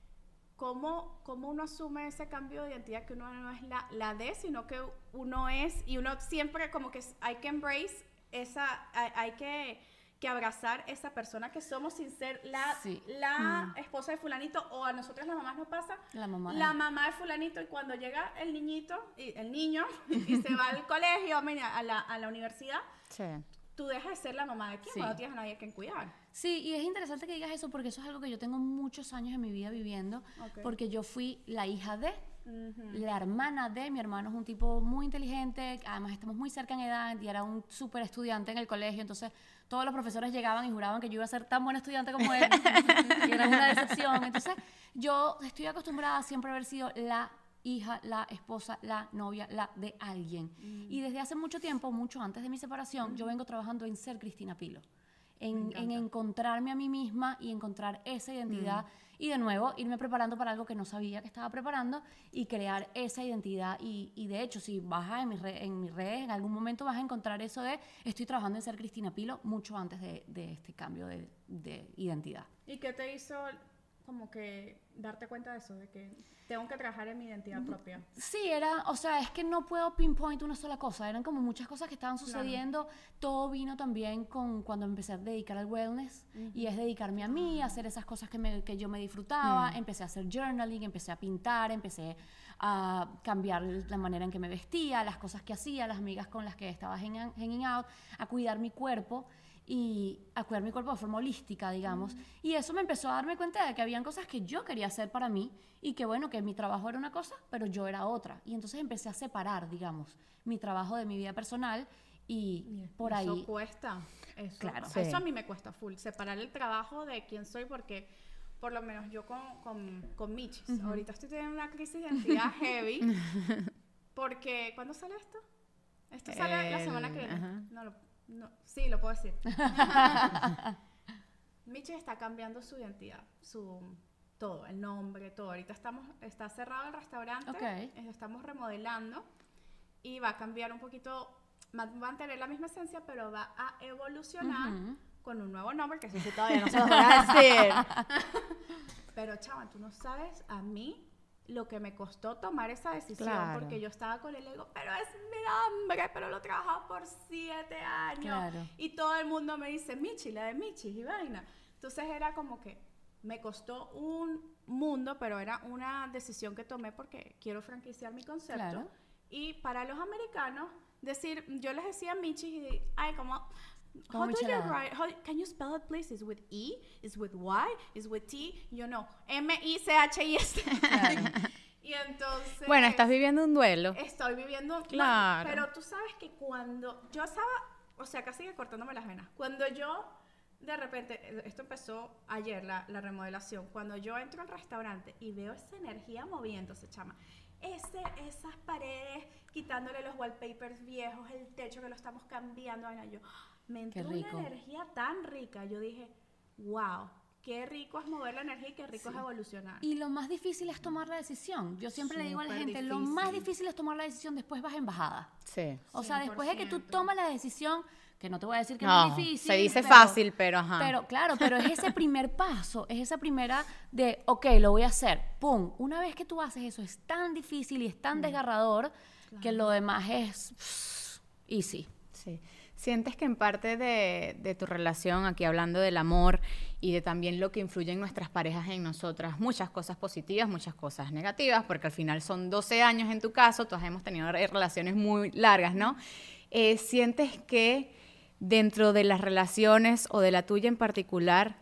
Speaker 5: ¿Cómo, cómo uno asume ese cambio de identidad, que uno no es la, la de, sino que uno es, y uno siempre como que hay que embrace esa, hay, hay que, que abrazar esa persona que somos sin ser la, sí. la uh-huh. esposa de fulanito, o a nosotros las mamás nos pasa,
Speaker 4: la mamá,
Speaker 5: la mamá de fulanito, y cuando llega el niñito, y el niño, y se va al colegio, a la, a la universidad, sí. tú dejas de ser la mamá de quién, sí. cuando no tienes a nadie a quien cuidar.
Speaker 4: Sí, y es interesante que digas eso, porque eso es algo que yo tengo muchos años en mi vida viviendo, okay. porque yo fui la hija de, uh-huh. la hermana de, mi hermano es un tipo muy inteligente, además estamos muy cerca en edad, y era un súper estudiante en el colegio, entonces todos los profesores llegaban y juraban que yo iba a ser tan buena estudiante como él, que era una decepción. Entonces yo estoy acostumbrada a siempre haber sido la hija, la esposa, la novia, la de alguien. Mm. Y desde hace mucho tiempo, mucho antes de mi separación, mm. yo vengo trabajando en ser Cristina Pilo. En, en encontrarme a mí misma y encontrar esa identidad. Mm. Y de nuevo, irme preparando para algo que no sabía que estaba preparando y crear esa identidad. Y, y de hecho, si vas en mis re, en mis redes, en algún momento vas a encontrar eso de estoy trabajando en ser Cristina Pilo mucho antes de, de este cambio de, de identidad.
Speaker 5: ¿Y qué te hizo como que darte cuenta de eso, de que tengo que trabajar en mi identidad propia?
Speaker 4: Sí, era, o sea, es que no puedo pinpoint una sola cosa, eran como muchas cosas que estaban sucediendo. Claro. Todo vino también con cuando empecé a dedicar al wellness, uh-huh. y es dedicarme a mí, a hacer esas cosas que, me, que yo me disfrutaba. Uh-huh. Empecé a hacer journaling, empecé a pintar, empecé a cambiar la manera en que me vestía, las cosas que hacía, las amigas con las que estaba hanging, hanging out, a cuidar mi cuerpo y a cuidar mi cuerpo de forma holística, digamos. Uh-huh. Y eso me empezó a darme cuenta de que habían cosas que yo quería hacer para mí y que, bueno, que mi trabajo era una cosa, pero yo era otra. Y entonces empecé a separar, digamos, mi trabajo de mi vida personal y, y por
Speaker 5: eso
Speaker 4: ahí...
Speaker 5: Eso cuesta. Eso,
Speaker 4: claro.
Speaker 5: Sí. Eso a mí me cuesta full, separar el trabajo de quién soy, porque por lo menos yo con, con, con Michis, uh-huh. ahorita estoy teniendo una crisis de identidad heavy, porque ¿cuándo sale esto? Esto sale eh, la semana que viene. Uh-huh. No lo No, sí, lo puedo decir. Michi está cambiando su identidad, su todo, el nombre, todo. Ahorita estamos, está cerrado el restaurante, okay. estamos remodelando y va a cambiar un poquito, va a mantener la misma esencia, pero va a evolucionar uh-huh. con un nuevo nombre, que eso sí todavía no se lo voy a decir. Pero, chama, tú no sabes a mí lo que me costó tomar esa decisión,
Speaker 3: Claro.
Speaker 5: porque yo estaba con el ego, pero es mi nombre, pero lo he trabajado por siete años.
Speaker 4: Claro.
Speaker 5: Y todo el mundo me dice, Michi, la de Michi y vaina. Entonces era como que me costó un mundo, pero era una decisión que tomé porque quiero franquiciar mi concepto.
Speaker 4: Claro.
Speaker 5: Y para los americanos, decir, yo les decía Michi y, ay, como...
Speaker 4: Como
Speaker 5: How do you
Speaker 4: michelada.
Speaker 5: write? How, can you spell it, please? Is with E? Is with Y? Is with T? Yo no. M I C H I S. Y entonces...
Speaker 3: Bueno, estás viviendo un duelo.
Speaker 5: Estoy viviendo...
Speaker 3: Claro.
Speaker 5: Pero tú sabes que cuando yo estaba... O sea, casi que cortándome las venas. Cuando yo, de repente... Esto empezó ayer, la, la remodelación. Cuando yo entro al restaurante y veo esa energía moviéndose, chama. Ese, esas paredes, quitándole los wallpapers viejos, el techo que lo estamos cambiando. Vaina, yo... Me entró
Speaker 4: Qué
Speaker 5: una
Speaker 4: rico.
Speaker 5: energía tan rica. Yo dije, wow, qué rico es mover la energía y qué rico es evolucionar.
Speaker 4: Y lo más difícil es tomar la decisión. Yo siempre le digo a la
Speaker 5: Súper
Speaker 4: gente, lo
Speaker 5: difícil.
Speaker 4: más difícil es tomar la decisión, después vas en bajada.
Speaker 3: Sí.
Speaker 4: O sea, después de que tú
Speaker 5: cien por ciento.
Speaker 4: tomas la decisión, que no te voy a decir que
Speaker 3: No,
Speaker 4: no es difícil.
Speaker 3: se dice
Speaker 4: pero-
Speaker 3: fácil, pero ajá.
Speaker 4: Pero claro, pero es ese primer paso, es esa primera de, ok, lo voy a hacer, pum. Una vez que tú haces eso, es tan difícil y es tan desgarrador que lo demás es pff, easy.
Speaker 3: Sí. ¿Sientes que en parte de, de tu relación, aquí hablando del amor y de también lo que influye en nuestras parejas, en nosotras, muchas cosas positivas, muchas cosas negativas, porque al final son doce años en tu caso, todas hemos tenido re- relaciones muy largas, ¿no? Eh, ¿Sientes que dentro de las relaciones o de la tuya en particular,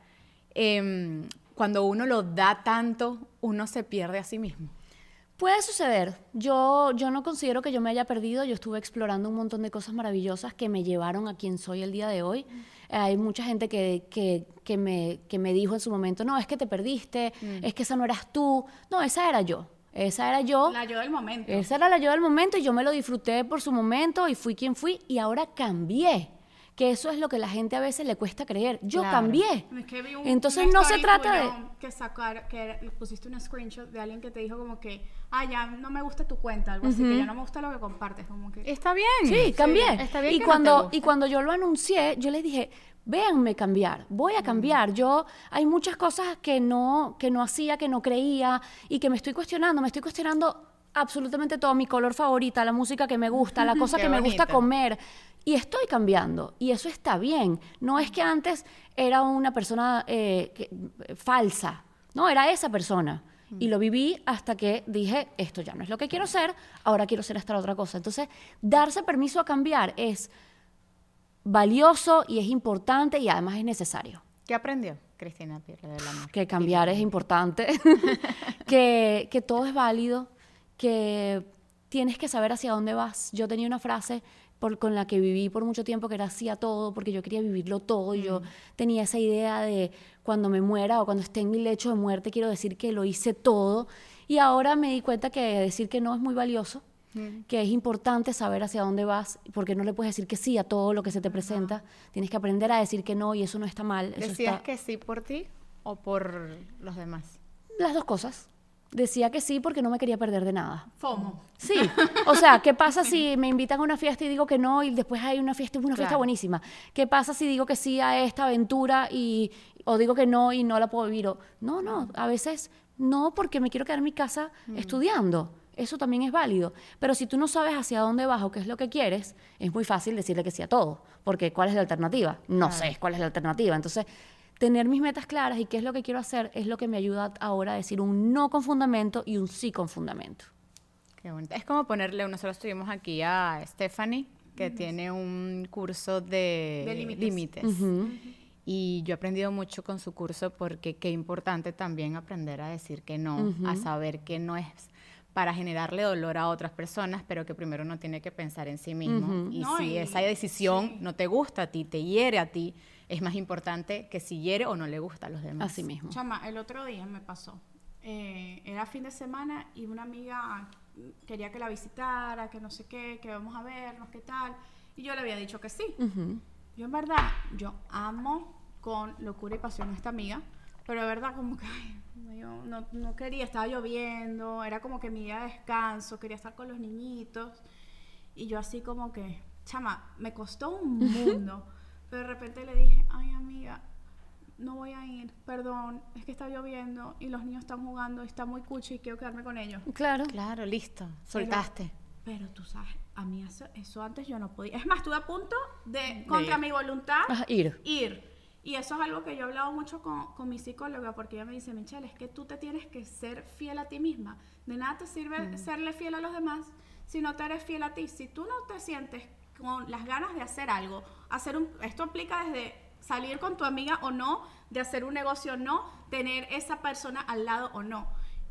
Speaker 3: em, cuando uno lo da tanto, uno se pierde a sí mismo?
Speaker 4: Puede suceder. Yo, yo no considero que yo me haya perdido. Yo estuve explorando un montón de cosas maravillosas que me llevaron a quien soy el día de hoy. Eh, hay mucha gente que, que, que, me, que me dijo en su momento, no, es que te perdiste, es que esa no eras tú. No, esa era yo. Esa era yo.
Speaker 5: La yo del momento.
Speaker 4: Esa era la yo del momento y yo me lo disfruté por su momento y fui quien fui y ahora cambié. Que eso es lo que la gente a veces le cuesta creer. Yo
Speaker 3: Claro.
Speaker 4: cambié.
Speaker 5: Es que vi un-
Speaker 4: Entonces
Speaker 5: una
Speaker 4: no se
Speaker 5: story
Speaker 4: trata de...
Speaker 5: tuyo que sacar, que era- pusiste una screenshot de alguien que te dijo como que, ah, ya no me gusta tu cuenta, algo así, que ya no me gusta lo que compartes, como que...
Speaker 3: Está bien.
Speaker 4: Sí, cambié.
Speaker 3: Está bien
Speaker 4: y,
Speaker 3: que no te
Speaker 4: cuando,
Speaker 3: guste.
Speaker 4: y cuando yo lo anuncié, yo les dije, véanme cambiar, voy a cambiar. Yo, hay muchas cosas que no, que no hacía, que no creía y que me estoy cuestionando. Me estoy cuestionando absolutamente todo, mi color favorita, la música que me gusta, la cosa
Speaker 3: Qué
Speaker 4: que me gusta
Speaker 3: bonito.
Speaker 4: comer. Y estoy cambiando. Y eso está bien. No es que antes era una persona eh, que- eh, falsa. No, era esa persona. Y lo viví hasta que dije, esto ya no es lo que quiero ser, ahora quiero ser esta otra cosa. Entonces, darse permiso a cambiar es valioso y es importante y además es necesario.
Speaker 3: ¿Qué aprendió Cristina Pirle del amor?
Speaker 4: Que cambiar es importante, que, que todo es válido, que tienes que saber hacia dónde vas. Yo tenía una frase por, con la que viví por mucho tiempo que era así a todo, porque yo quería vivirlo todo. Y yo tenía esa idea de cuando me muera o cuando esté en mi lecho de muerte, quiero decir que lo hice todo. Y ahora me di cuenta que decir que no es muy valioso, que es importante saber hacia dónde vas, porque no le puedes decir que sí a todo lo que se te presenta. Tienes que aprender a decir que no y eso no está mal. Eso
Speaker 3: ¿Decías
Speaker 4: está...
Speaker 3: que sí por ti o por los demás?
Speaker 4: Las dos cosas. Decía que sí porque no me quería perder de nada.
Speaker 5: FOMO.
Speaker 4: Sí, o sea, ¿qué pasa si me invitan a una fiesta y digo que no y después hay una fiesta, una fiesta
Speaker 3: Claro.
Speaker 4: buenísima? ¿Qué pasa si digo que sí a esta aventura y o digo que no y no la puedo vivir? O, no, no, a veces no porque me quiero quedar en mi casa estudiando. Eso también es válido. Pero si tú no sabes hacia dónde vas o qué es lo que quieres, es muy fácil decirle que sí a todo. Porque ¿cuál es la alternativa? No sé cuál es la alternativa. Entonces, tener mis metas claras y qué es lo que quiero hacer es lo que me ayuda ahora a decir un no con fundamento y un sí con fundamento.
Speaker 3: Qué bonito. Es como ponerle, nosotros tuvimos aquí a Stephanie, que tiene un curso de,
Speaker 5: De límites.
Speaker 3: límites. Y yo he aprendido mucho con su curso porque qué importante también aprender a decir que no, a saber que no es para generarle dolor a otras personas, pero que primero uno tiene que pensar en sí mismo. Y
Speaker 5: No,
Speaker 3: si
Speaker 5: y-
Speaker 3: esa decisión
Speaker 5: sí.
Speaker 3: no te gusta a ti, te hiere a ti, es más importante que si hiere o no le gusta a los demás.
Speaker 4: Así mismo.
Speaker 5: Chama, el otro día me pasó. Eh, era fin de semana y una amiga quería que la visitara, que no sé qué, que vamos a vernos, qué tal. Y yo le había dicho que sí. Yo en verdad, yo amo con locura y pasión a esta amiga, pero de verdad como que ay, yo no, no quería, estaba lloviendo, era como que mi día de descanso, quería estar con los niñitos. Y yo así como que, chama, me costó un mundo. pero de repente le dije, ay amiga, no voy a ir, perdón, es que está lloviendo y los niños están jugando, está muy cuchi y quiero quedarme con ellos.
Speaker 3: Claro.
Speaker 11: Claro, listo, soltaste.
Speaker 5: Pero, pero tú sabes, a mí eso, eso antes yo no podía. Es más, estuve a punto de, contra mi voluntad,
Speaker 3: Ajá, ir.
Speaker 5: ir. Y eso es algo que yo he hablado mucho con, con mi psicóloga, porque ella me dice, Michelle, es que tú te tienes que ser fiel a ti misma. De nada te sirve mm. serle fiel a los demás si no te eres fiel a ti. Si tú no te sientes con las ganas de hacer algo, hacer un, esto aplica desde salir con tu amiga o no, de hacer un negocio o no, tener esa persona al lado o no.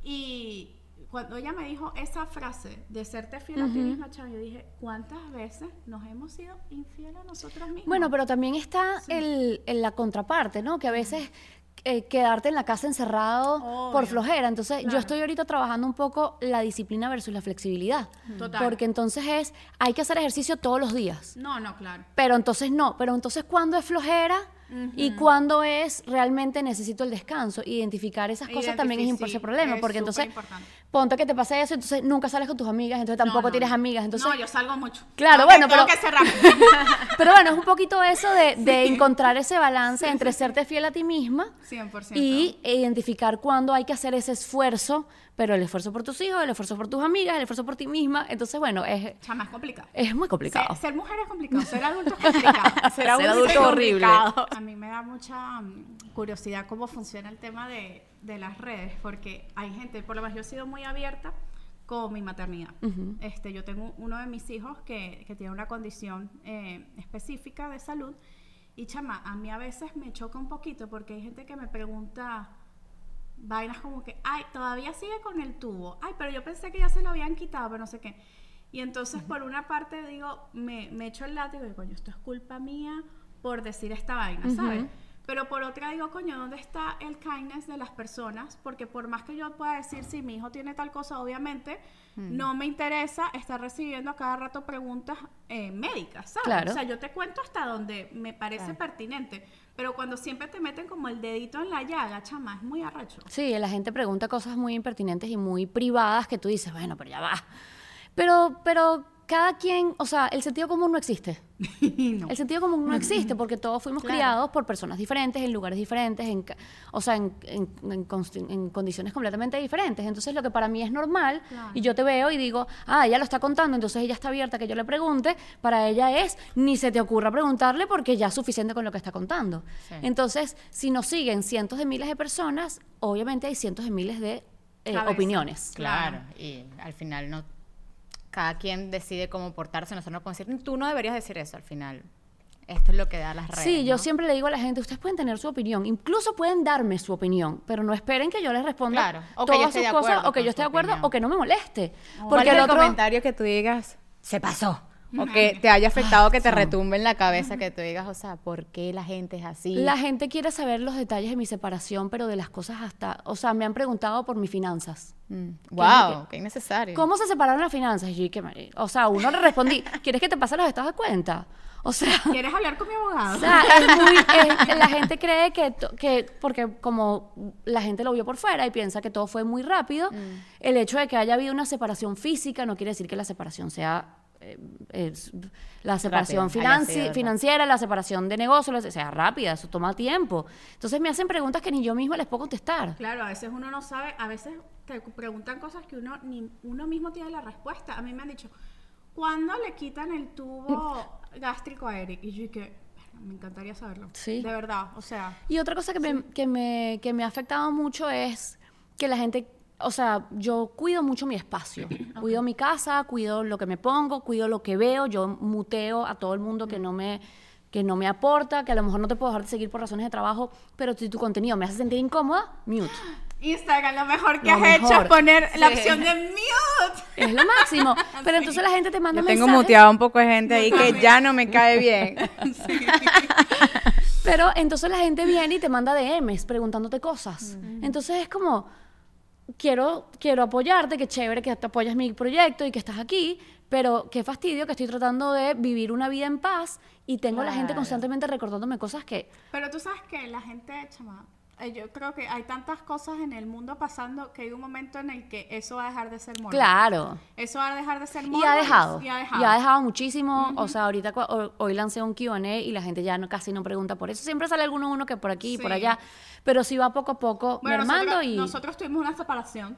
Speaker 5: Y cuando ella me dijo esa frase de serte fiel uh-huh. a ti misma, chava, yo dije, ¿cuántas veces nos hemos sido infieles a nosotros mismos?
Speaker 12: Bueno, pero también está sí. el, el, la contraparte, ¿no? Que a veces eh, quedarte en la casa encerrado Obvio. por flojera. Entonces, claro. yo estoy ahorita trabajando un poco la disciplina versus la flexibilidad. Total. Porque entonces es, hay que hacer ejercicio todos los días.
Speaker 5: No, no, claro.
Speaker 12: Pero entonces no. Pero entonces, ¿cuándo es flojera? Uh-huh. Y cuando es realmente necesito el descanso, identificar esas cosas Identific- también es importante sí, problema, porque entonces importante. ponte que te pase eso, entonces nunca sales con tus amigas, entonces tampoco no, no, tienes no. amigas, entonces
Speaker 5: no, yo salgo mucho.
Speaker 12: Claro,
Speaker 5: no,
Speaker 12: bueno,
Speaker 5: tengo
Speaker 12: pero
Speaker 5: que cerrar.
Speaker 12: pero bueno, es un poquito eso de, de sí. encontrar ese balance sí, entre sí. serte fiel a ti misma
Speaker 5: cien por ciento.
Speaker 12: Y identificar cuándo hay que hacer ese esfuerzo, pero el esfuerzo por tus hijos, el esfuerzo por tus amigas, el esfuerzo por ti misma, entonces bueno, es
Speaker 5: Chama, es complicado.
Speaker 12: Es muy complicado.
Speaker 5: Ser, ser mujer es complicado, ser adulto es complicado.
Speaker 12: ser adulto, ser adulto es horrible.
Speaker 5: A mí me da mucha um, curiosidad cómo funciona el tema de, de las redes, porque hay gente, por lo menos yo he sido muy abierta con mi maternidad. Uh-huh. Este, yo tengo uno de mis hijos que, que tiene una condición eh, específica de salud y chama, a mí a veces me choca un poquito porque hay gente que me pregunta vainas como que, ay, todavía sigue con el tubo, ay, pero yo pensé que ya se lo habían quitado, pero no sé qué. Y entonces uh-huh. por una parte digo, me, me echo el látigo y digo, coño, esto es culpa mía por decir esta vaina, uh-huh. ¿sabes? Pero por otra digo, coño, ¿dónde está el kindness de las personas? Porque por más que yo pueda decir, si mi hijo tiene tal cosa, obviamente, mm. no me interesa estar recibiendo a cada rato preguntas eh, médicas, ¿sabes?
Speaker 12: Claro.
Speaker 5: O sea, yo te cuento hasta donde me parece claro. pertinente. Pero cuando siempre te meten como el dedito en la llaga, chama, es muy arrecho.
Speaker 12: Sí, la gente pregunta cosas muy impertinentes y muy privadas que tú dices, bueno, pero ya va. Pero, pero... cada quien, o sea, el sentido común no existe. no. El sentido común no existe porque todos fuimos claro. criados por personas diferentes, en lugares diferentes, en, o sea, en, en, en, en condiciones completamente diferentes. Entonces, lo que para mí es normal, claro. y yo te veo y digo, ah, ella lo está contando, entonces ella está abierta a que yo le pregunte, para ella es, ni se te ocurra preguntarle porque ya es suficiente con lo que está contando. Sí. Entonces, si nos siguen cientos de miles de personas, obviamente hay cientos de miles de eh, opiniones.
Speaker 11: Claro, y al final no... cada quien decide cómo portarse, nosotros no podemos decir, tú no deberías decir eso al final. Esto es lo que da las redes.
Speaker 12: Sí, yo
Speaker 11: ¿no?
Speaker 12: siempre le digo a la gente, ustedes pueden tener su opinión, incluso pueden darme su opinión, pero no esperen que yo les responda
Speaker 11: claro. o que
Speaker 12: todas sus cosas, o que yo esté de acuerdo, opinión. o que no me moleste.
Speaker 3: Oh. Porque el, el otro... comentario que tú digas, se pasó. O que te haya afectado, que te retumbe en la cabeza, que tú digas, o sea, ¿por qué la gente es así?
Speaker 12: La gente quiere saber los detalles de mi separación, pero de las cosas hasta... O sea, me han preguntado por mis finanzas.
Speaker 11: Mm. ¡Wow! ¡Qué innecesario!
Speaker 12: ¿Cómo se separaron las finanzas? Y yo, ¿qué? O sea, uno le respondí, ¿quieres que te pase los estados de cuenta? O sea...
Speaker 5: ¿Quieres hablar con mi abogado?
Speaker 12: O sea, es muy... Es, la gente cree que, que... Porque como la gente lo vio por fuera y piensa que todo fue muy rápido, mm. el hecho de que haya habido una separación física no quiere decir que la separación sea... Es la separación financi- financiera, la separación de negocios, o sea, rápida, eso toma tiempo. Entonces me hacen preguntas que ni yo misma les puedo contestar.
Speaker 5: Claro, a veces uno no sabe, a veces te preguntan cosas que uno ni uno mismo tiene la respuesta. A mí me han dicho, ¿cuándo le quitan el tubo gástrico a Eric? Y yo dije, me encantaría saberlo. Sí. De verdad, o sea.
Speaker 12: Y otra cosa que, sí. me, que, me, que me ha afectado mucho es que la gente... O sea, yo cuido mucho mi espacio, okay. cuido mi casa, cuido lo que me pongo, cuido lo que veo, yo muteo a todo el mundo que no me, que no me aporta, que a lo mejor no te puedo dejar de seguir por razones de trabajo, pero si tu contenido me hace sentir incómoda, mute.
Speaker 5: Instagram, lo mejor que
Speaker 12: lo
Speaker 5: has
Speaker 12: mejor.
Speaker 5: hecho es poner
Speaker 12: sí.
Speaker 5: la opción de mute.
Speaker 12: Es lo máximo. Pero sí. entonces la gente te manda
Speaker 3: yo
Speaker 12: mensajes.
Speaker 3: Tengo muteado un poco de gente ahí que ya no me cae bien.
Speaker 12: Sí. Pero entonces la gente viene y te manda D Ms preguntándote cosas. Mm. Entonces es como... Quiero, quiero apoyarte, qué chévere que te apoyas mi proyecto y que estás aquí, pero qué fastidio que estoy tratando de vivir una vida en paz y tengo claro. la gente constantemente recordándome cosas que...
Speaker 5: Pero tú sabes que la gente, chama, eh, yo creo que hay tantas cosas en el mundo pasando que hay un momento en el que eso va a dejar de ser morbo.
Speaker 12: Claro.
Speaker 5: Eso va a dejar de ser morbo.
Speaker 12: Y ha dejado.
Speaker 5: Y ha dejado.
Speaker 12: Y ha dejado muchísimo. Uh-huh. O sea, ahorita hoy, hoy lancé un Q and A y la gente ya no, casi no pregunta por eso. Siempre sale alguno uno que por aquí y
Speaker 5: sí.
Speaker 12: por allá. Pero sí va poco a poco bueno, mermando
Speaker 5: nosotros,
Speaker 12: y...
Speaker 5: Nosotros tuvimos una separación.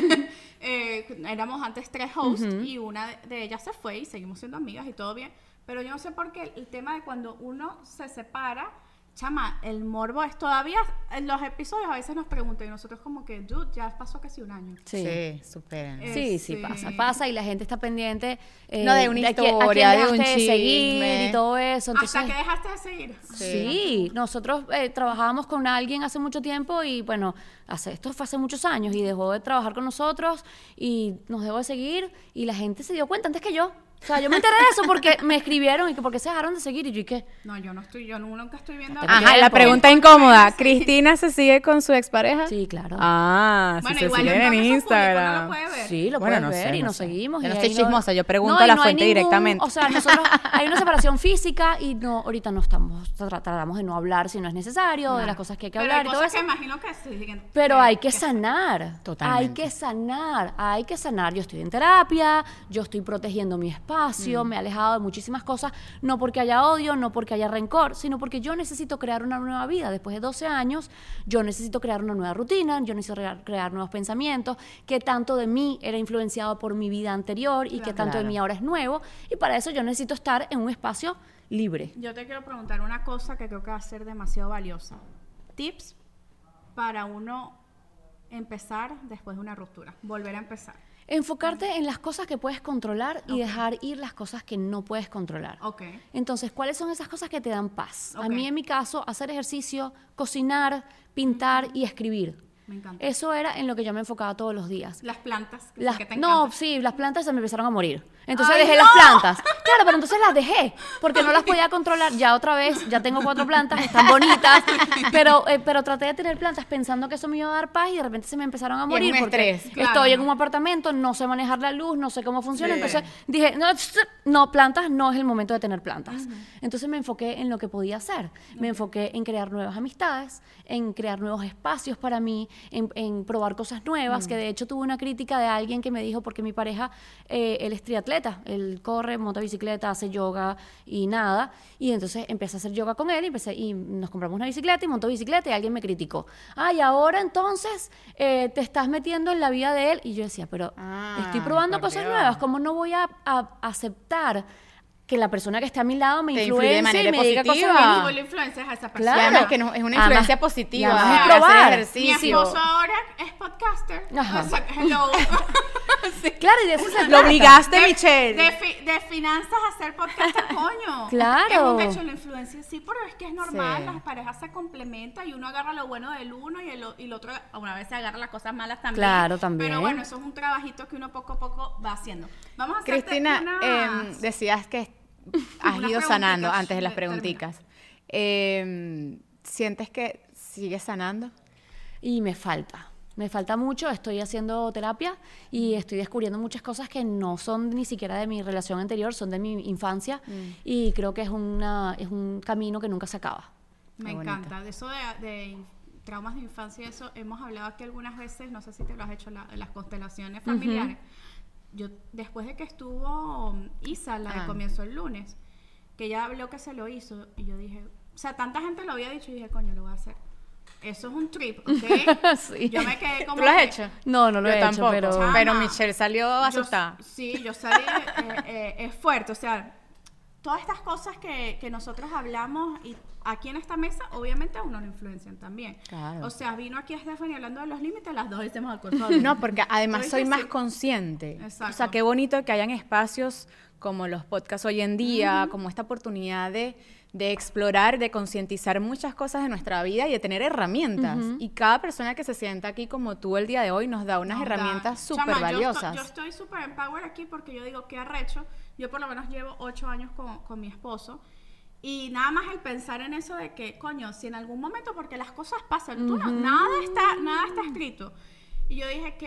Speaker 5: eh, éramos antes tres hosts uh-huh. y una de ellas se fue y seguimos siendo amigas y todo bien. Pero yo no sé por qué el tema de cuando uno se separa... Chama, el morbo es todavía, en los episodios a veces nos preguntan y nosotros como que, dude, ya pasó casi un año.
Speaker 11: Sí, sí superan.
Speaker 12: Eh, sí, sí, sí, pasa, pasa y la gente está pendiente. Eh,
Speaker 11: no, de una historia,
Speaker 12: de,
Speaker 11: de un
Speaker 12: de
Speaker 11: chisme.
Speaker 12: seguir y todo eso. Entonces,
Speaker 5: ¿hasta que dejaste de seguir?
Speaker 12: Sí, sí. nosotros eh, trabajábamos con alguien hace mucho tiempo y bueno, hace, esto fue hace muchos años y dejó de trabajar con nosotros y nos dejó de seguir y la gente se dio cuenta antes que yo. O sea, yo me enteré de eso porque me escribieron y que porque se dejaron de seguir y yo y qué.
Speaker 5: No, yo no estoy, yo nunca estoy viendo.
Speaker 3: Ajá, la pregunta incómoda. Sí. ¿Cristina se sigue con su expareja?
Speaker 12: Sí, claro.
Speaker 3: Ah,
Speaker 5: bueno,
Speaker 3: sí, se
Speaker 5: igual
Speaker 3: sigue en Instagram.
Speaker 5: No lo puede ver.
Speaker 12: Sí, lo
Speaker 3: bueno,
Speaker 12: puedes
Speaker 3: no
Speaker 12: ver
Speaker 3: sé,
Speaker 12: y
Speaker 3: no
Speaker 12: nos
Speaker 3: sé.
Speaker 12: seguimos.
Speaker 11: Yo
Speaker 12: y
Speaker 11: no estoy
Speaker 12: no,
Speaker 11: chismosa, yo pregunto
Speaker 12: no,
Speaker 11: a la
Speaker 12: no
Speaker 11: fuente
Speaker 12: ningún,
Speaker 11: directamente.
Speaker 12: O sea, nosotros hay una separación física y no ahorita no estamos, tratamos de no hablar si no es necesario, no. de las cosas que hay que
Speaker 5: Pero
Speaker 12: hablar
Speaker 5: hay
Speaker 12: y todo
Speaker 5: cosas
Speaker 12: eso.
Speaker 5: que imagino que sí.
Speaker 12: Pero
Speaker 5: que,
Speaker 12: hay que,
Speaker 5: que
Speaker 12: sanar.
Speaker 11: Totalmente.
Speaker 12: Hay que sanar, hay que sanar. Yo estoy en terapia, yo estoy protegiendo mi espacio, mm. me he alejado de muchísimas cosas, no porque haya odio, no porque haya rencor, sino porque yo necesito crear una nueva vida. Después de doce años, yo necesito crear una nueva rutina, yo necesito crear, crear nuevos pensamientos, que tanto de mí era influenciado por mi vida anterior y claro, que tanto claro. de mí ahora es nuevo. Y para eso yo necesito estar en un espacio libre.
Speaker 5: Yo te quiero preguntar una cosa que creo que va a ser demasiado valiosa. Tips para uno empezar después de una ruptura, volver a empezar.
Speaker 12: Enfocarte en las cosas que puedes controlar y okay. dejar ir las cosas que no puedes controlar.
Speaker 5: Okay.
Speaker 12: Entonces, ¿cuáles son esas cosas que te dan paz?
Speaker 5: Okay.
Speaker 12: A mí, en mi caso, hacer ejercicio, cocinar, pintar uh-huh. y escribir.
Speaker 5: Me encanta.
Speaker 12: Eso era en lo que yo me enfocaba todos los días.
Speaker 5: Las plantas.
Speaker 12: Las,
Speaker 5: que te
Speaker 12: no, sí, las plantas se me empezaron a morir. Entonces
Speaker 5: Ay,
Speaker 12: dejé
Speaker 5: no.
Speaker 12: las plantas. Claro, pero entonces las dejé porque no las podía controlar. Ya otra vez, ya tengo cuatro plantas, están bonitas, pero eh, pero traté de tener plantas pensando que eso me iba a dar paz y de repente se me empezaron a morir
Speaker 11: y es un
Speaker 12: porque
Speaker 11: estrés,
Speaker 12: estoy
Speaker 5: claro.
Speaker 12: en un apartamento, no sé manejar la luz, no sé cómo funciona.
Speaker 5: Sí.
Speaker 12: Entonces dije, no, no, plantas no es el momento de tener plantas. Uh-huh. Entonces me enfoqué en lo que podía hacer. Okay. Me enfoqué en crear nuevas amistades, en crear nuevos espacios para mí, en, en probar cosas nuevas, uh-huh. que de hecho tuve una crítica de alguien que me dijo, porque mi pareja, eh, él es triatleta, él corre, monta bicicleta, hace yoga y nada, y entonces empecé a hacer yoga con él y, empecé, y nos compramos una bicicleta y montó bicicleta y alguien me criticó. Ay, ahora entonces eh, te estás metiendo en la vida de él, y yo decía, pero ah, estoy probando cosas Dios. nuevas, ¿cómo no voy a, a aceptar que la persona que está a mi lado me influencie de manera y me positiva. Diga cosas
Speaker 5: buenas? ¿Qué influencias a esa persona?
Speaker 11: Claro. Además que no, es una influencia además, positiva.
Speaker 12: Y además es probar.
Speaker 5: Mi esposo ahora es podcaster.
Speaker 12: Ajá.
Speaker 5: O sea, hello.
Speaker 12: Sí. Claro, y de eso se
Speaker 3: Lo obligaste,
Speaker 5: de,
Speaker 3: Michelle.
Speaker 5: De, fi, de finanzas a ser podcaster, coño.
Speaker 12: Claro.
Speaker 5: Es un hecho la influencia, sí, pero es que es normal,
Speaker 11: sí.
Speaker 5: las parejas se complementan y uno agarra lo bueno del uno y el, y el otro, una vez se agarra las cosas malas también.
Speaker 12: Claro, también.
Speaker 5: Pero bueno, eso es un trabajito que uno poco a poco va haciendo. Vamos a hacerte
Speaker 11: Cristina,
Speaker 5: unas...
Speaker 11: eh, decías que has ido sanando antes de las preguntitas. Eh, ¿Sientes que sigues sanando?
Speaker 12: Y me falta. Me falta mucho, estoy haciendo terapia y estoy descubriendo muchas cosas que no son ni siquiera de mi relación anterior, son de mi infancia mm. y creo que es, una, es un camino que nunca se acaba.
Speaker 5: Me Qué encanta. Bonito. De eso de, de traumas de infancia, eso hemos hablado aquí algunas veces, no sé si te lo has hecho, la, las constelaciones familiares. Uh-huh. Yo, después de que estuvo Isa, la ah. de Comienzo el Lunes, que ella habló que se lo hizo, y yo dije, o sea, tanta gente lo había dicho y dije, coño, lo voy a hacer. Eso es un trip, ¿ok?
Speaker 12: Sí.
Speaker 5: Yo me quedé como...
Speaker 11: ¿Tú lo has
Speaker 5: que,
Speaker 11: hecho?
Speaker 12: No, no lo
Speaker 11: yo
Speaker 12: he
Speaker 11: tampoco,
Speaker 12: hecho, pero...
Speaker 5: Chama,
Speaker 11: pero Michelle salió asustada.
Speaker 5: Yo, sí, yo salí... eh, eh, es fuerte, o sea, todas estas cosas que, que nosotros hablamos y aquí en esta mesa, obviamente a uno lo influencian también. Claro. O sea, vino aquí Stephanie hablando de los límites, las dos hicimos alcohol.
Speaker 11: No, porque además soy más consciente.
Speaker 5: Exacto.
Speaker 11: O sea, qué bonito que hayan espacios como los podcasts hoy en día, uh-huh. como esta oportunidad de, de explorar, de concientizar muchas cosas de nuestra vida y de tener herramientas. Uh-huh. Y cada persona que se sienta aquí como tú el día de hoy nos da unas nos herramientas súper valiosas.
Speaker 5: Yo estoy súper empowered aquí porque yo digo, qué arrecho. Yo por lo menos llevo ocho años con, con mi esposo. Y nada más el pensar en eso de que, coño, si en algún momento, porque las cosas pasan, uh-huh. tú no, nada está, nada está escrito. Y yo dije que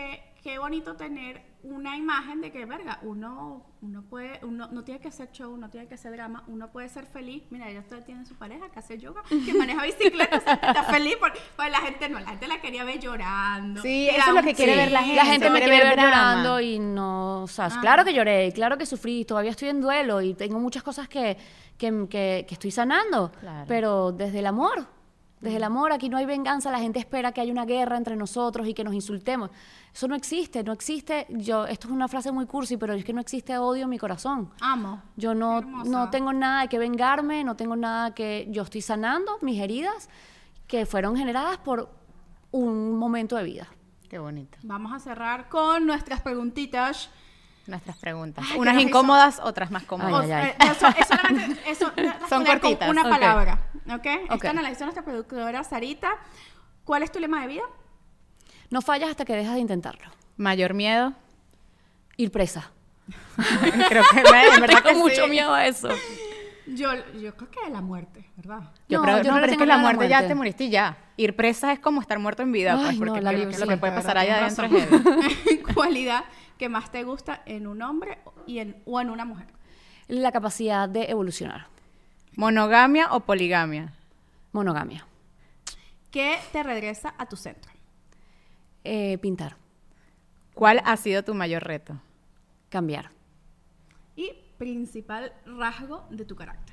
Speaker 5: qué bonito tener una imagen de que, verga, uno, uno puede, uno no tiene que hacer show, no tiene que hacer drama, uno puede ser feliz. Mira, ella tiene su pareja que hace yoga, que maneja bicicleta, o sea, está feliz, porque, pues la gente no, la gente la quería ver llorando.
Speaker 11: Sí, eso es lo que quiere
Speaker 12: Sí,
Speaker 11: ver la gente.
Speaker 12: La gente me quiere ver
Speaker 11: drama.
Speaker 12: llorando y no, o sea,
Speaker 5: Ajá.
Speaker 12: claro que lloré, claro que sufrí, todavía estoy en duelo y tengo muchas cosas que, que, que, que estoy sanando,
Speaker 11: Claro.
Speaker 12: pero desde el amor, desde el amor, aquí no hay venganza, la gente espera que haya una guerra entre nosotros y que nos insultemos. Eso no existe, no existe, yo, esto es una frase muy cursi, pero es que no existe odio en mi corazón.
Speaker 5: Amo.
Speaker 12: Yo no,
Speaker 5: Hermosa.
Speaker 12: no tengo nada de que vengarme, no tengo nada que... Yo estoy sanando mis heridas que fueron generadas por un momento de vida.
Speaker 11: Qué bonito.
Speaker 5: Vamos a cerrar con nuestras preguntitas.
Speaker 11: Nuestras preguntas.
Speaker 5: Ay,
Speaker 11: Unas
Speaker 5: que nos
Speaker 11: incómodas, otras más cómodas.
Speaker 12: Ay, ay,
Speaker 5: O- eh, Eso, es solamente, eso,
Speaker 11: Son
Speaker 5: responder con
Speaker 11: cortitas,
Speaker 5: una
Speaker 11: ok.
Speaker 5: palabra, ¿ok?
Speaker 12: Ok.
Speaker 5: Esta nos la hizo nuestra productora Sarita. ¿Cuál es tu lema de vida?
Speaker 12: No fallas hasta que dejas de intentarlo.
Speaker 11: Mayor miedo.
Speaker 12: Ir presa.
Speaker 11: Creo que me, en verdad que
Speaker 12: Tengo mucho
Speaker 11: sí.
Speaker 12: miedo a eso.
Speaker 5: Yo, yo creo que la muerte, ¿verdad?
Speaker 11: Yo
Speaker 12: No,
Speaker 11: creo,
Speaker 12: yo
Speaker 11: no,
Speaker 12: no
Speaker 11: pero
Speaker 12: le
Speaker 11: es
Speaker 12: tengo
Speaker 11: que la
Speaker 12: miedo a la
Speaker 11: muerte ya
Speaker 12: muerte.
Speaker 11: te moriste y ya. Ir presa es como estar muerto en vida,
Speaker 12: Ay,
Speaker 11: pues, porque
Speaker 12: no, la
Speaker 11: creo
Speaker 12: libre,
Speaker 11: que lo
Speaker 12: sí,
Speaker 11: que puede
Speaker 5: de
Speaker 11: pasar
Speaker 5: verdad,
Speaker 11: allá
Speaker 5: tienes
Speaker 11: adentro es
Speaker 5: razón.
Speaker 11: heavy.
Speaker 5: ¿Cualidad que más te gusta en un hombre y en, o en una mujer?
Speaker 12: La capacidad de evolucionar.
Speaker 11: ¿Monogamia o poligamia?
Speaker 12: Monogamia.
Speaker 5: ¿Qué te regresa a tu centro?
Speaker 12: Eh, pintar.
Speaker 11: ¿Cuál ha sido tu mayor reto?
Speaker 12: Cambiar.
Speaker 5: Y principal rasgo de tu carácter.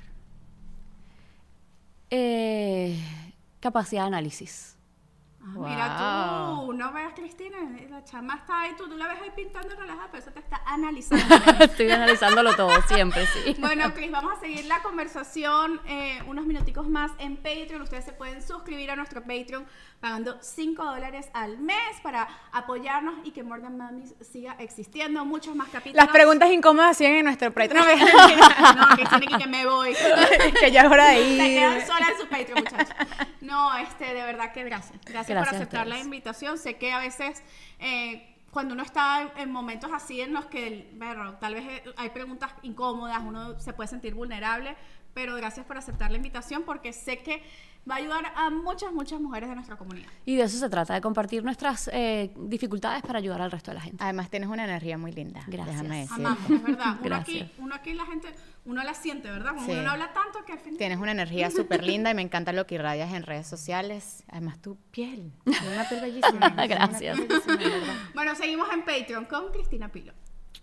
Speaker 12: Eh, capacidad de análisis.
Speaker 5: Ah,
Speaker 11: Wow.
Speaker 5: Mira tú, no veas Cristina, la chama está ahí, tú, tú la ves ahí pintando relajada, pero eso te está analizando.
Speaker 12: Estoy analizándolo todo, siempre, sí.
Speaker 5: Bueno, Cris, vamos a seguir la conversación eh, unos minuticos más en Patreon. Ustedes se pueden suscribir a nuestro Patreon pagando cinco dólares al mes para apoyarnos y que More Than Mamis siga existiendo. Muchos más capítulos.
Speaker 11: Las preguntas incómodas siguen en nuestro Patreon. No,
Speaker 5: No, Cristina, que me voy.
Speaker 11: que ya es hora de
Speaker 5: Se quedan
Speaker 11: ir.
Speaker 5: solas en su Patreon, muchachos. No, este, de verdad que gracias. Gracias,
Speaker 12: Gracias
Speaker 5: por
Speaker 12: a
Speaker 5: aceptar la
Speaker 12: ustedes.
Speaker 5: invitación. Sé que a veces, eh, cuando uno está en, en momentos así en los que, bueno, tal vez eh, hay preguntas incómodas, uno se puede sentir vulnerable, pero gracias por aceptar la invitación porque sé que va a ayudar a muchas, muchas mujeres de nuestra comunidad.
Speaker 12: Y de eso se trata, de compartir nuestras eh, dificultades para ayudar al resto de la gente.
Speaker 11: Además, tienes una energía muy linda.
Speaker 12: Gracias.
Speaker 11: Déjame decir.
Speaker 5: Amamos, es verdad. Uno
Speaker 12: Gracias.
Speaker 5: aquí, uno aquí la gente, uno la siente, ¿verdad? Como
Speaker 11: Sí.
Speaker 5: uno no habla tanto que al final...
Speaker 11: Tienes una energía súper linda y me encanta lo que irradias en redes sociales. Además, tu piel. Tienes una piel bellísima. Tienes una
Speaker 12: Gracias.
Speaker 11: piel bellísima, de verdad.
Speaker 5: Bueno, seguimos en Patreon con Cristina Pilo.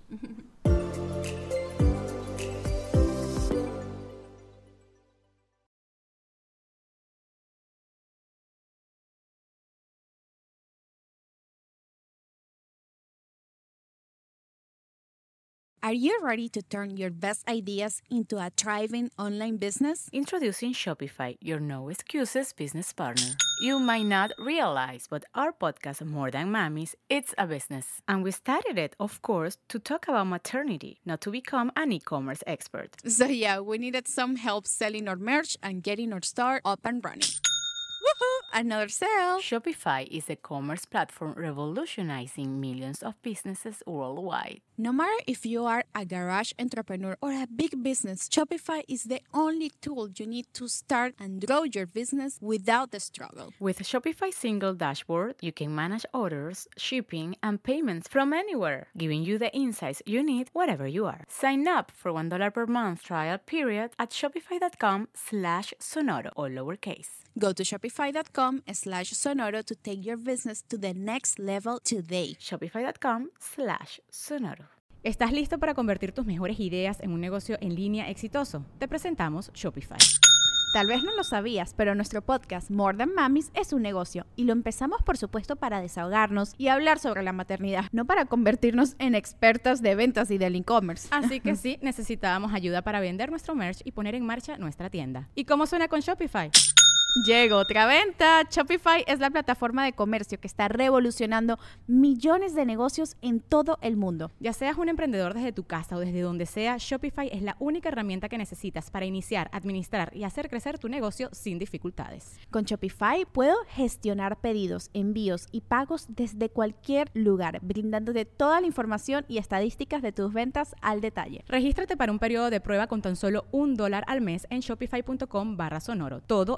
Speaker 6: Are you ready to turn your best ideas into a thriving online business?
Speaker 13: Introducing Shopify, your no excuses business partner. You might not realize, but our podcast, More Than Mamis, it's a business. And we started it, of course, to talk about maternity, not to become an e-commerce expert.
Speaker 6: So yeah, we needed some help selling our merch and getting our store up and running. Woohoo! Another sale!
Speaker 13: Shopify is a commerce platform revolutionizing millions of businesses worldwide.
Speaker 6: No matter if you are a garage entrepreneur or a big business, Shopify is the only tool you need to start and grow your business without the struggle.
Speaker 13: With Shopify's single dashboard, you can manage orders, shipping, and payments from anywhere, giving you the insights you need wherever you are. Sign up for one dollar per month trial period at shopify.com slash sonoro, all lowercase.
Speaker 6: Go to shopify.com slash sonoro to take your business to the next level today.
Speaker 13: Shopify.com slash sonoro.
Speaker 11: ¿Estás listo para convertir tus mejores ideas en un negocio en línea exitoso? Te presentamos Shopify.
Speaker 6: Tal vez no lo sabías, pero nuestro podcast More Than Mamis es un negocio y lo empezamos por supuesto para desahogarnos y hablar sobre la maternidad, no para convertirnos en expertas de ventas y del e-commerce.
Speaker 11: Así que sí, necesitábamos ayuda para vender nuestro merch y poner en marcha nuestra tienda. ¿Y cómo suena con Shopify?
Speaker 6: Llegó otra venta. Shopify es la plataforma de comercio que está revolucionando millones de negocios en todo el mundo.
Speaker 11: Ya seas un emprendedor desde tu casa o desde donde sea, Shopify es la única herramienta que necesitas para iniciar, administrar y hacer crecer tu negocio sin dificultades.
Speaker 6: Con Shopify puedo gestionar pedidos, envíos y pagos desde cualquier lugar, brindándote toda la información y estadísticas de tus ventas al detalle.
Speaker 11: Regístrate para un periodo de prueba con tan solo un dólar al mes en shopify.com barra sonoro, todo en minúsculas.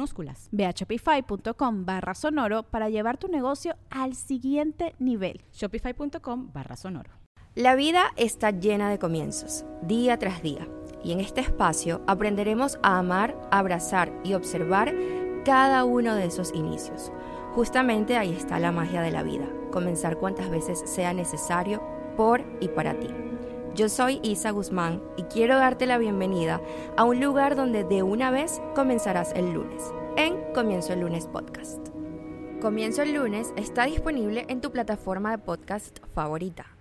Speaker 11: minúsculas.
Speaker 6: Ve a shopify.com barra sonoro para llevar tu negocio al siguiente nivel.
Speaker 11: Shopify.com barra sonoro.
Speaker 14: La vida está llena de comienzos, día tras día. Y en este espacio aprenderemos a amar, abrazar y observar cada uno de esos inicios. Justamente ahí está la magia de la vida, comenzar cuantas veces sea necesario por y para ti. Yo soy Isa Guzmán y quiero darte la bienvenida a un lugar donde de una vez comenzarás el lunes, en Comienzo el Lunes Podcast. Comienzo el Lunes está disponible en tu plataforma de podcast favorita.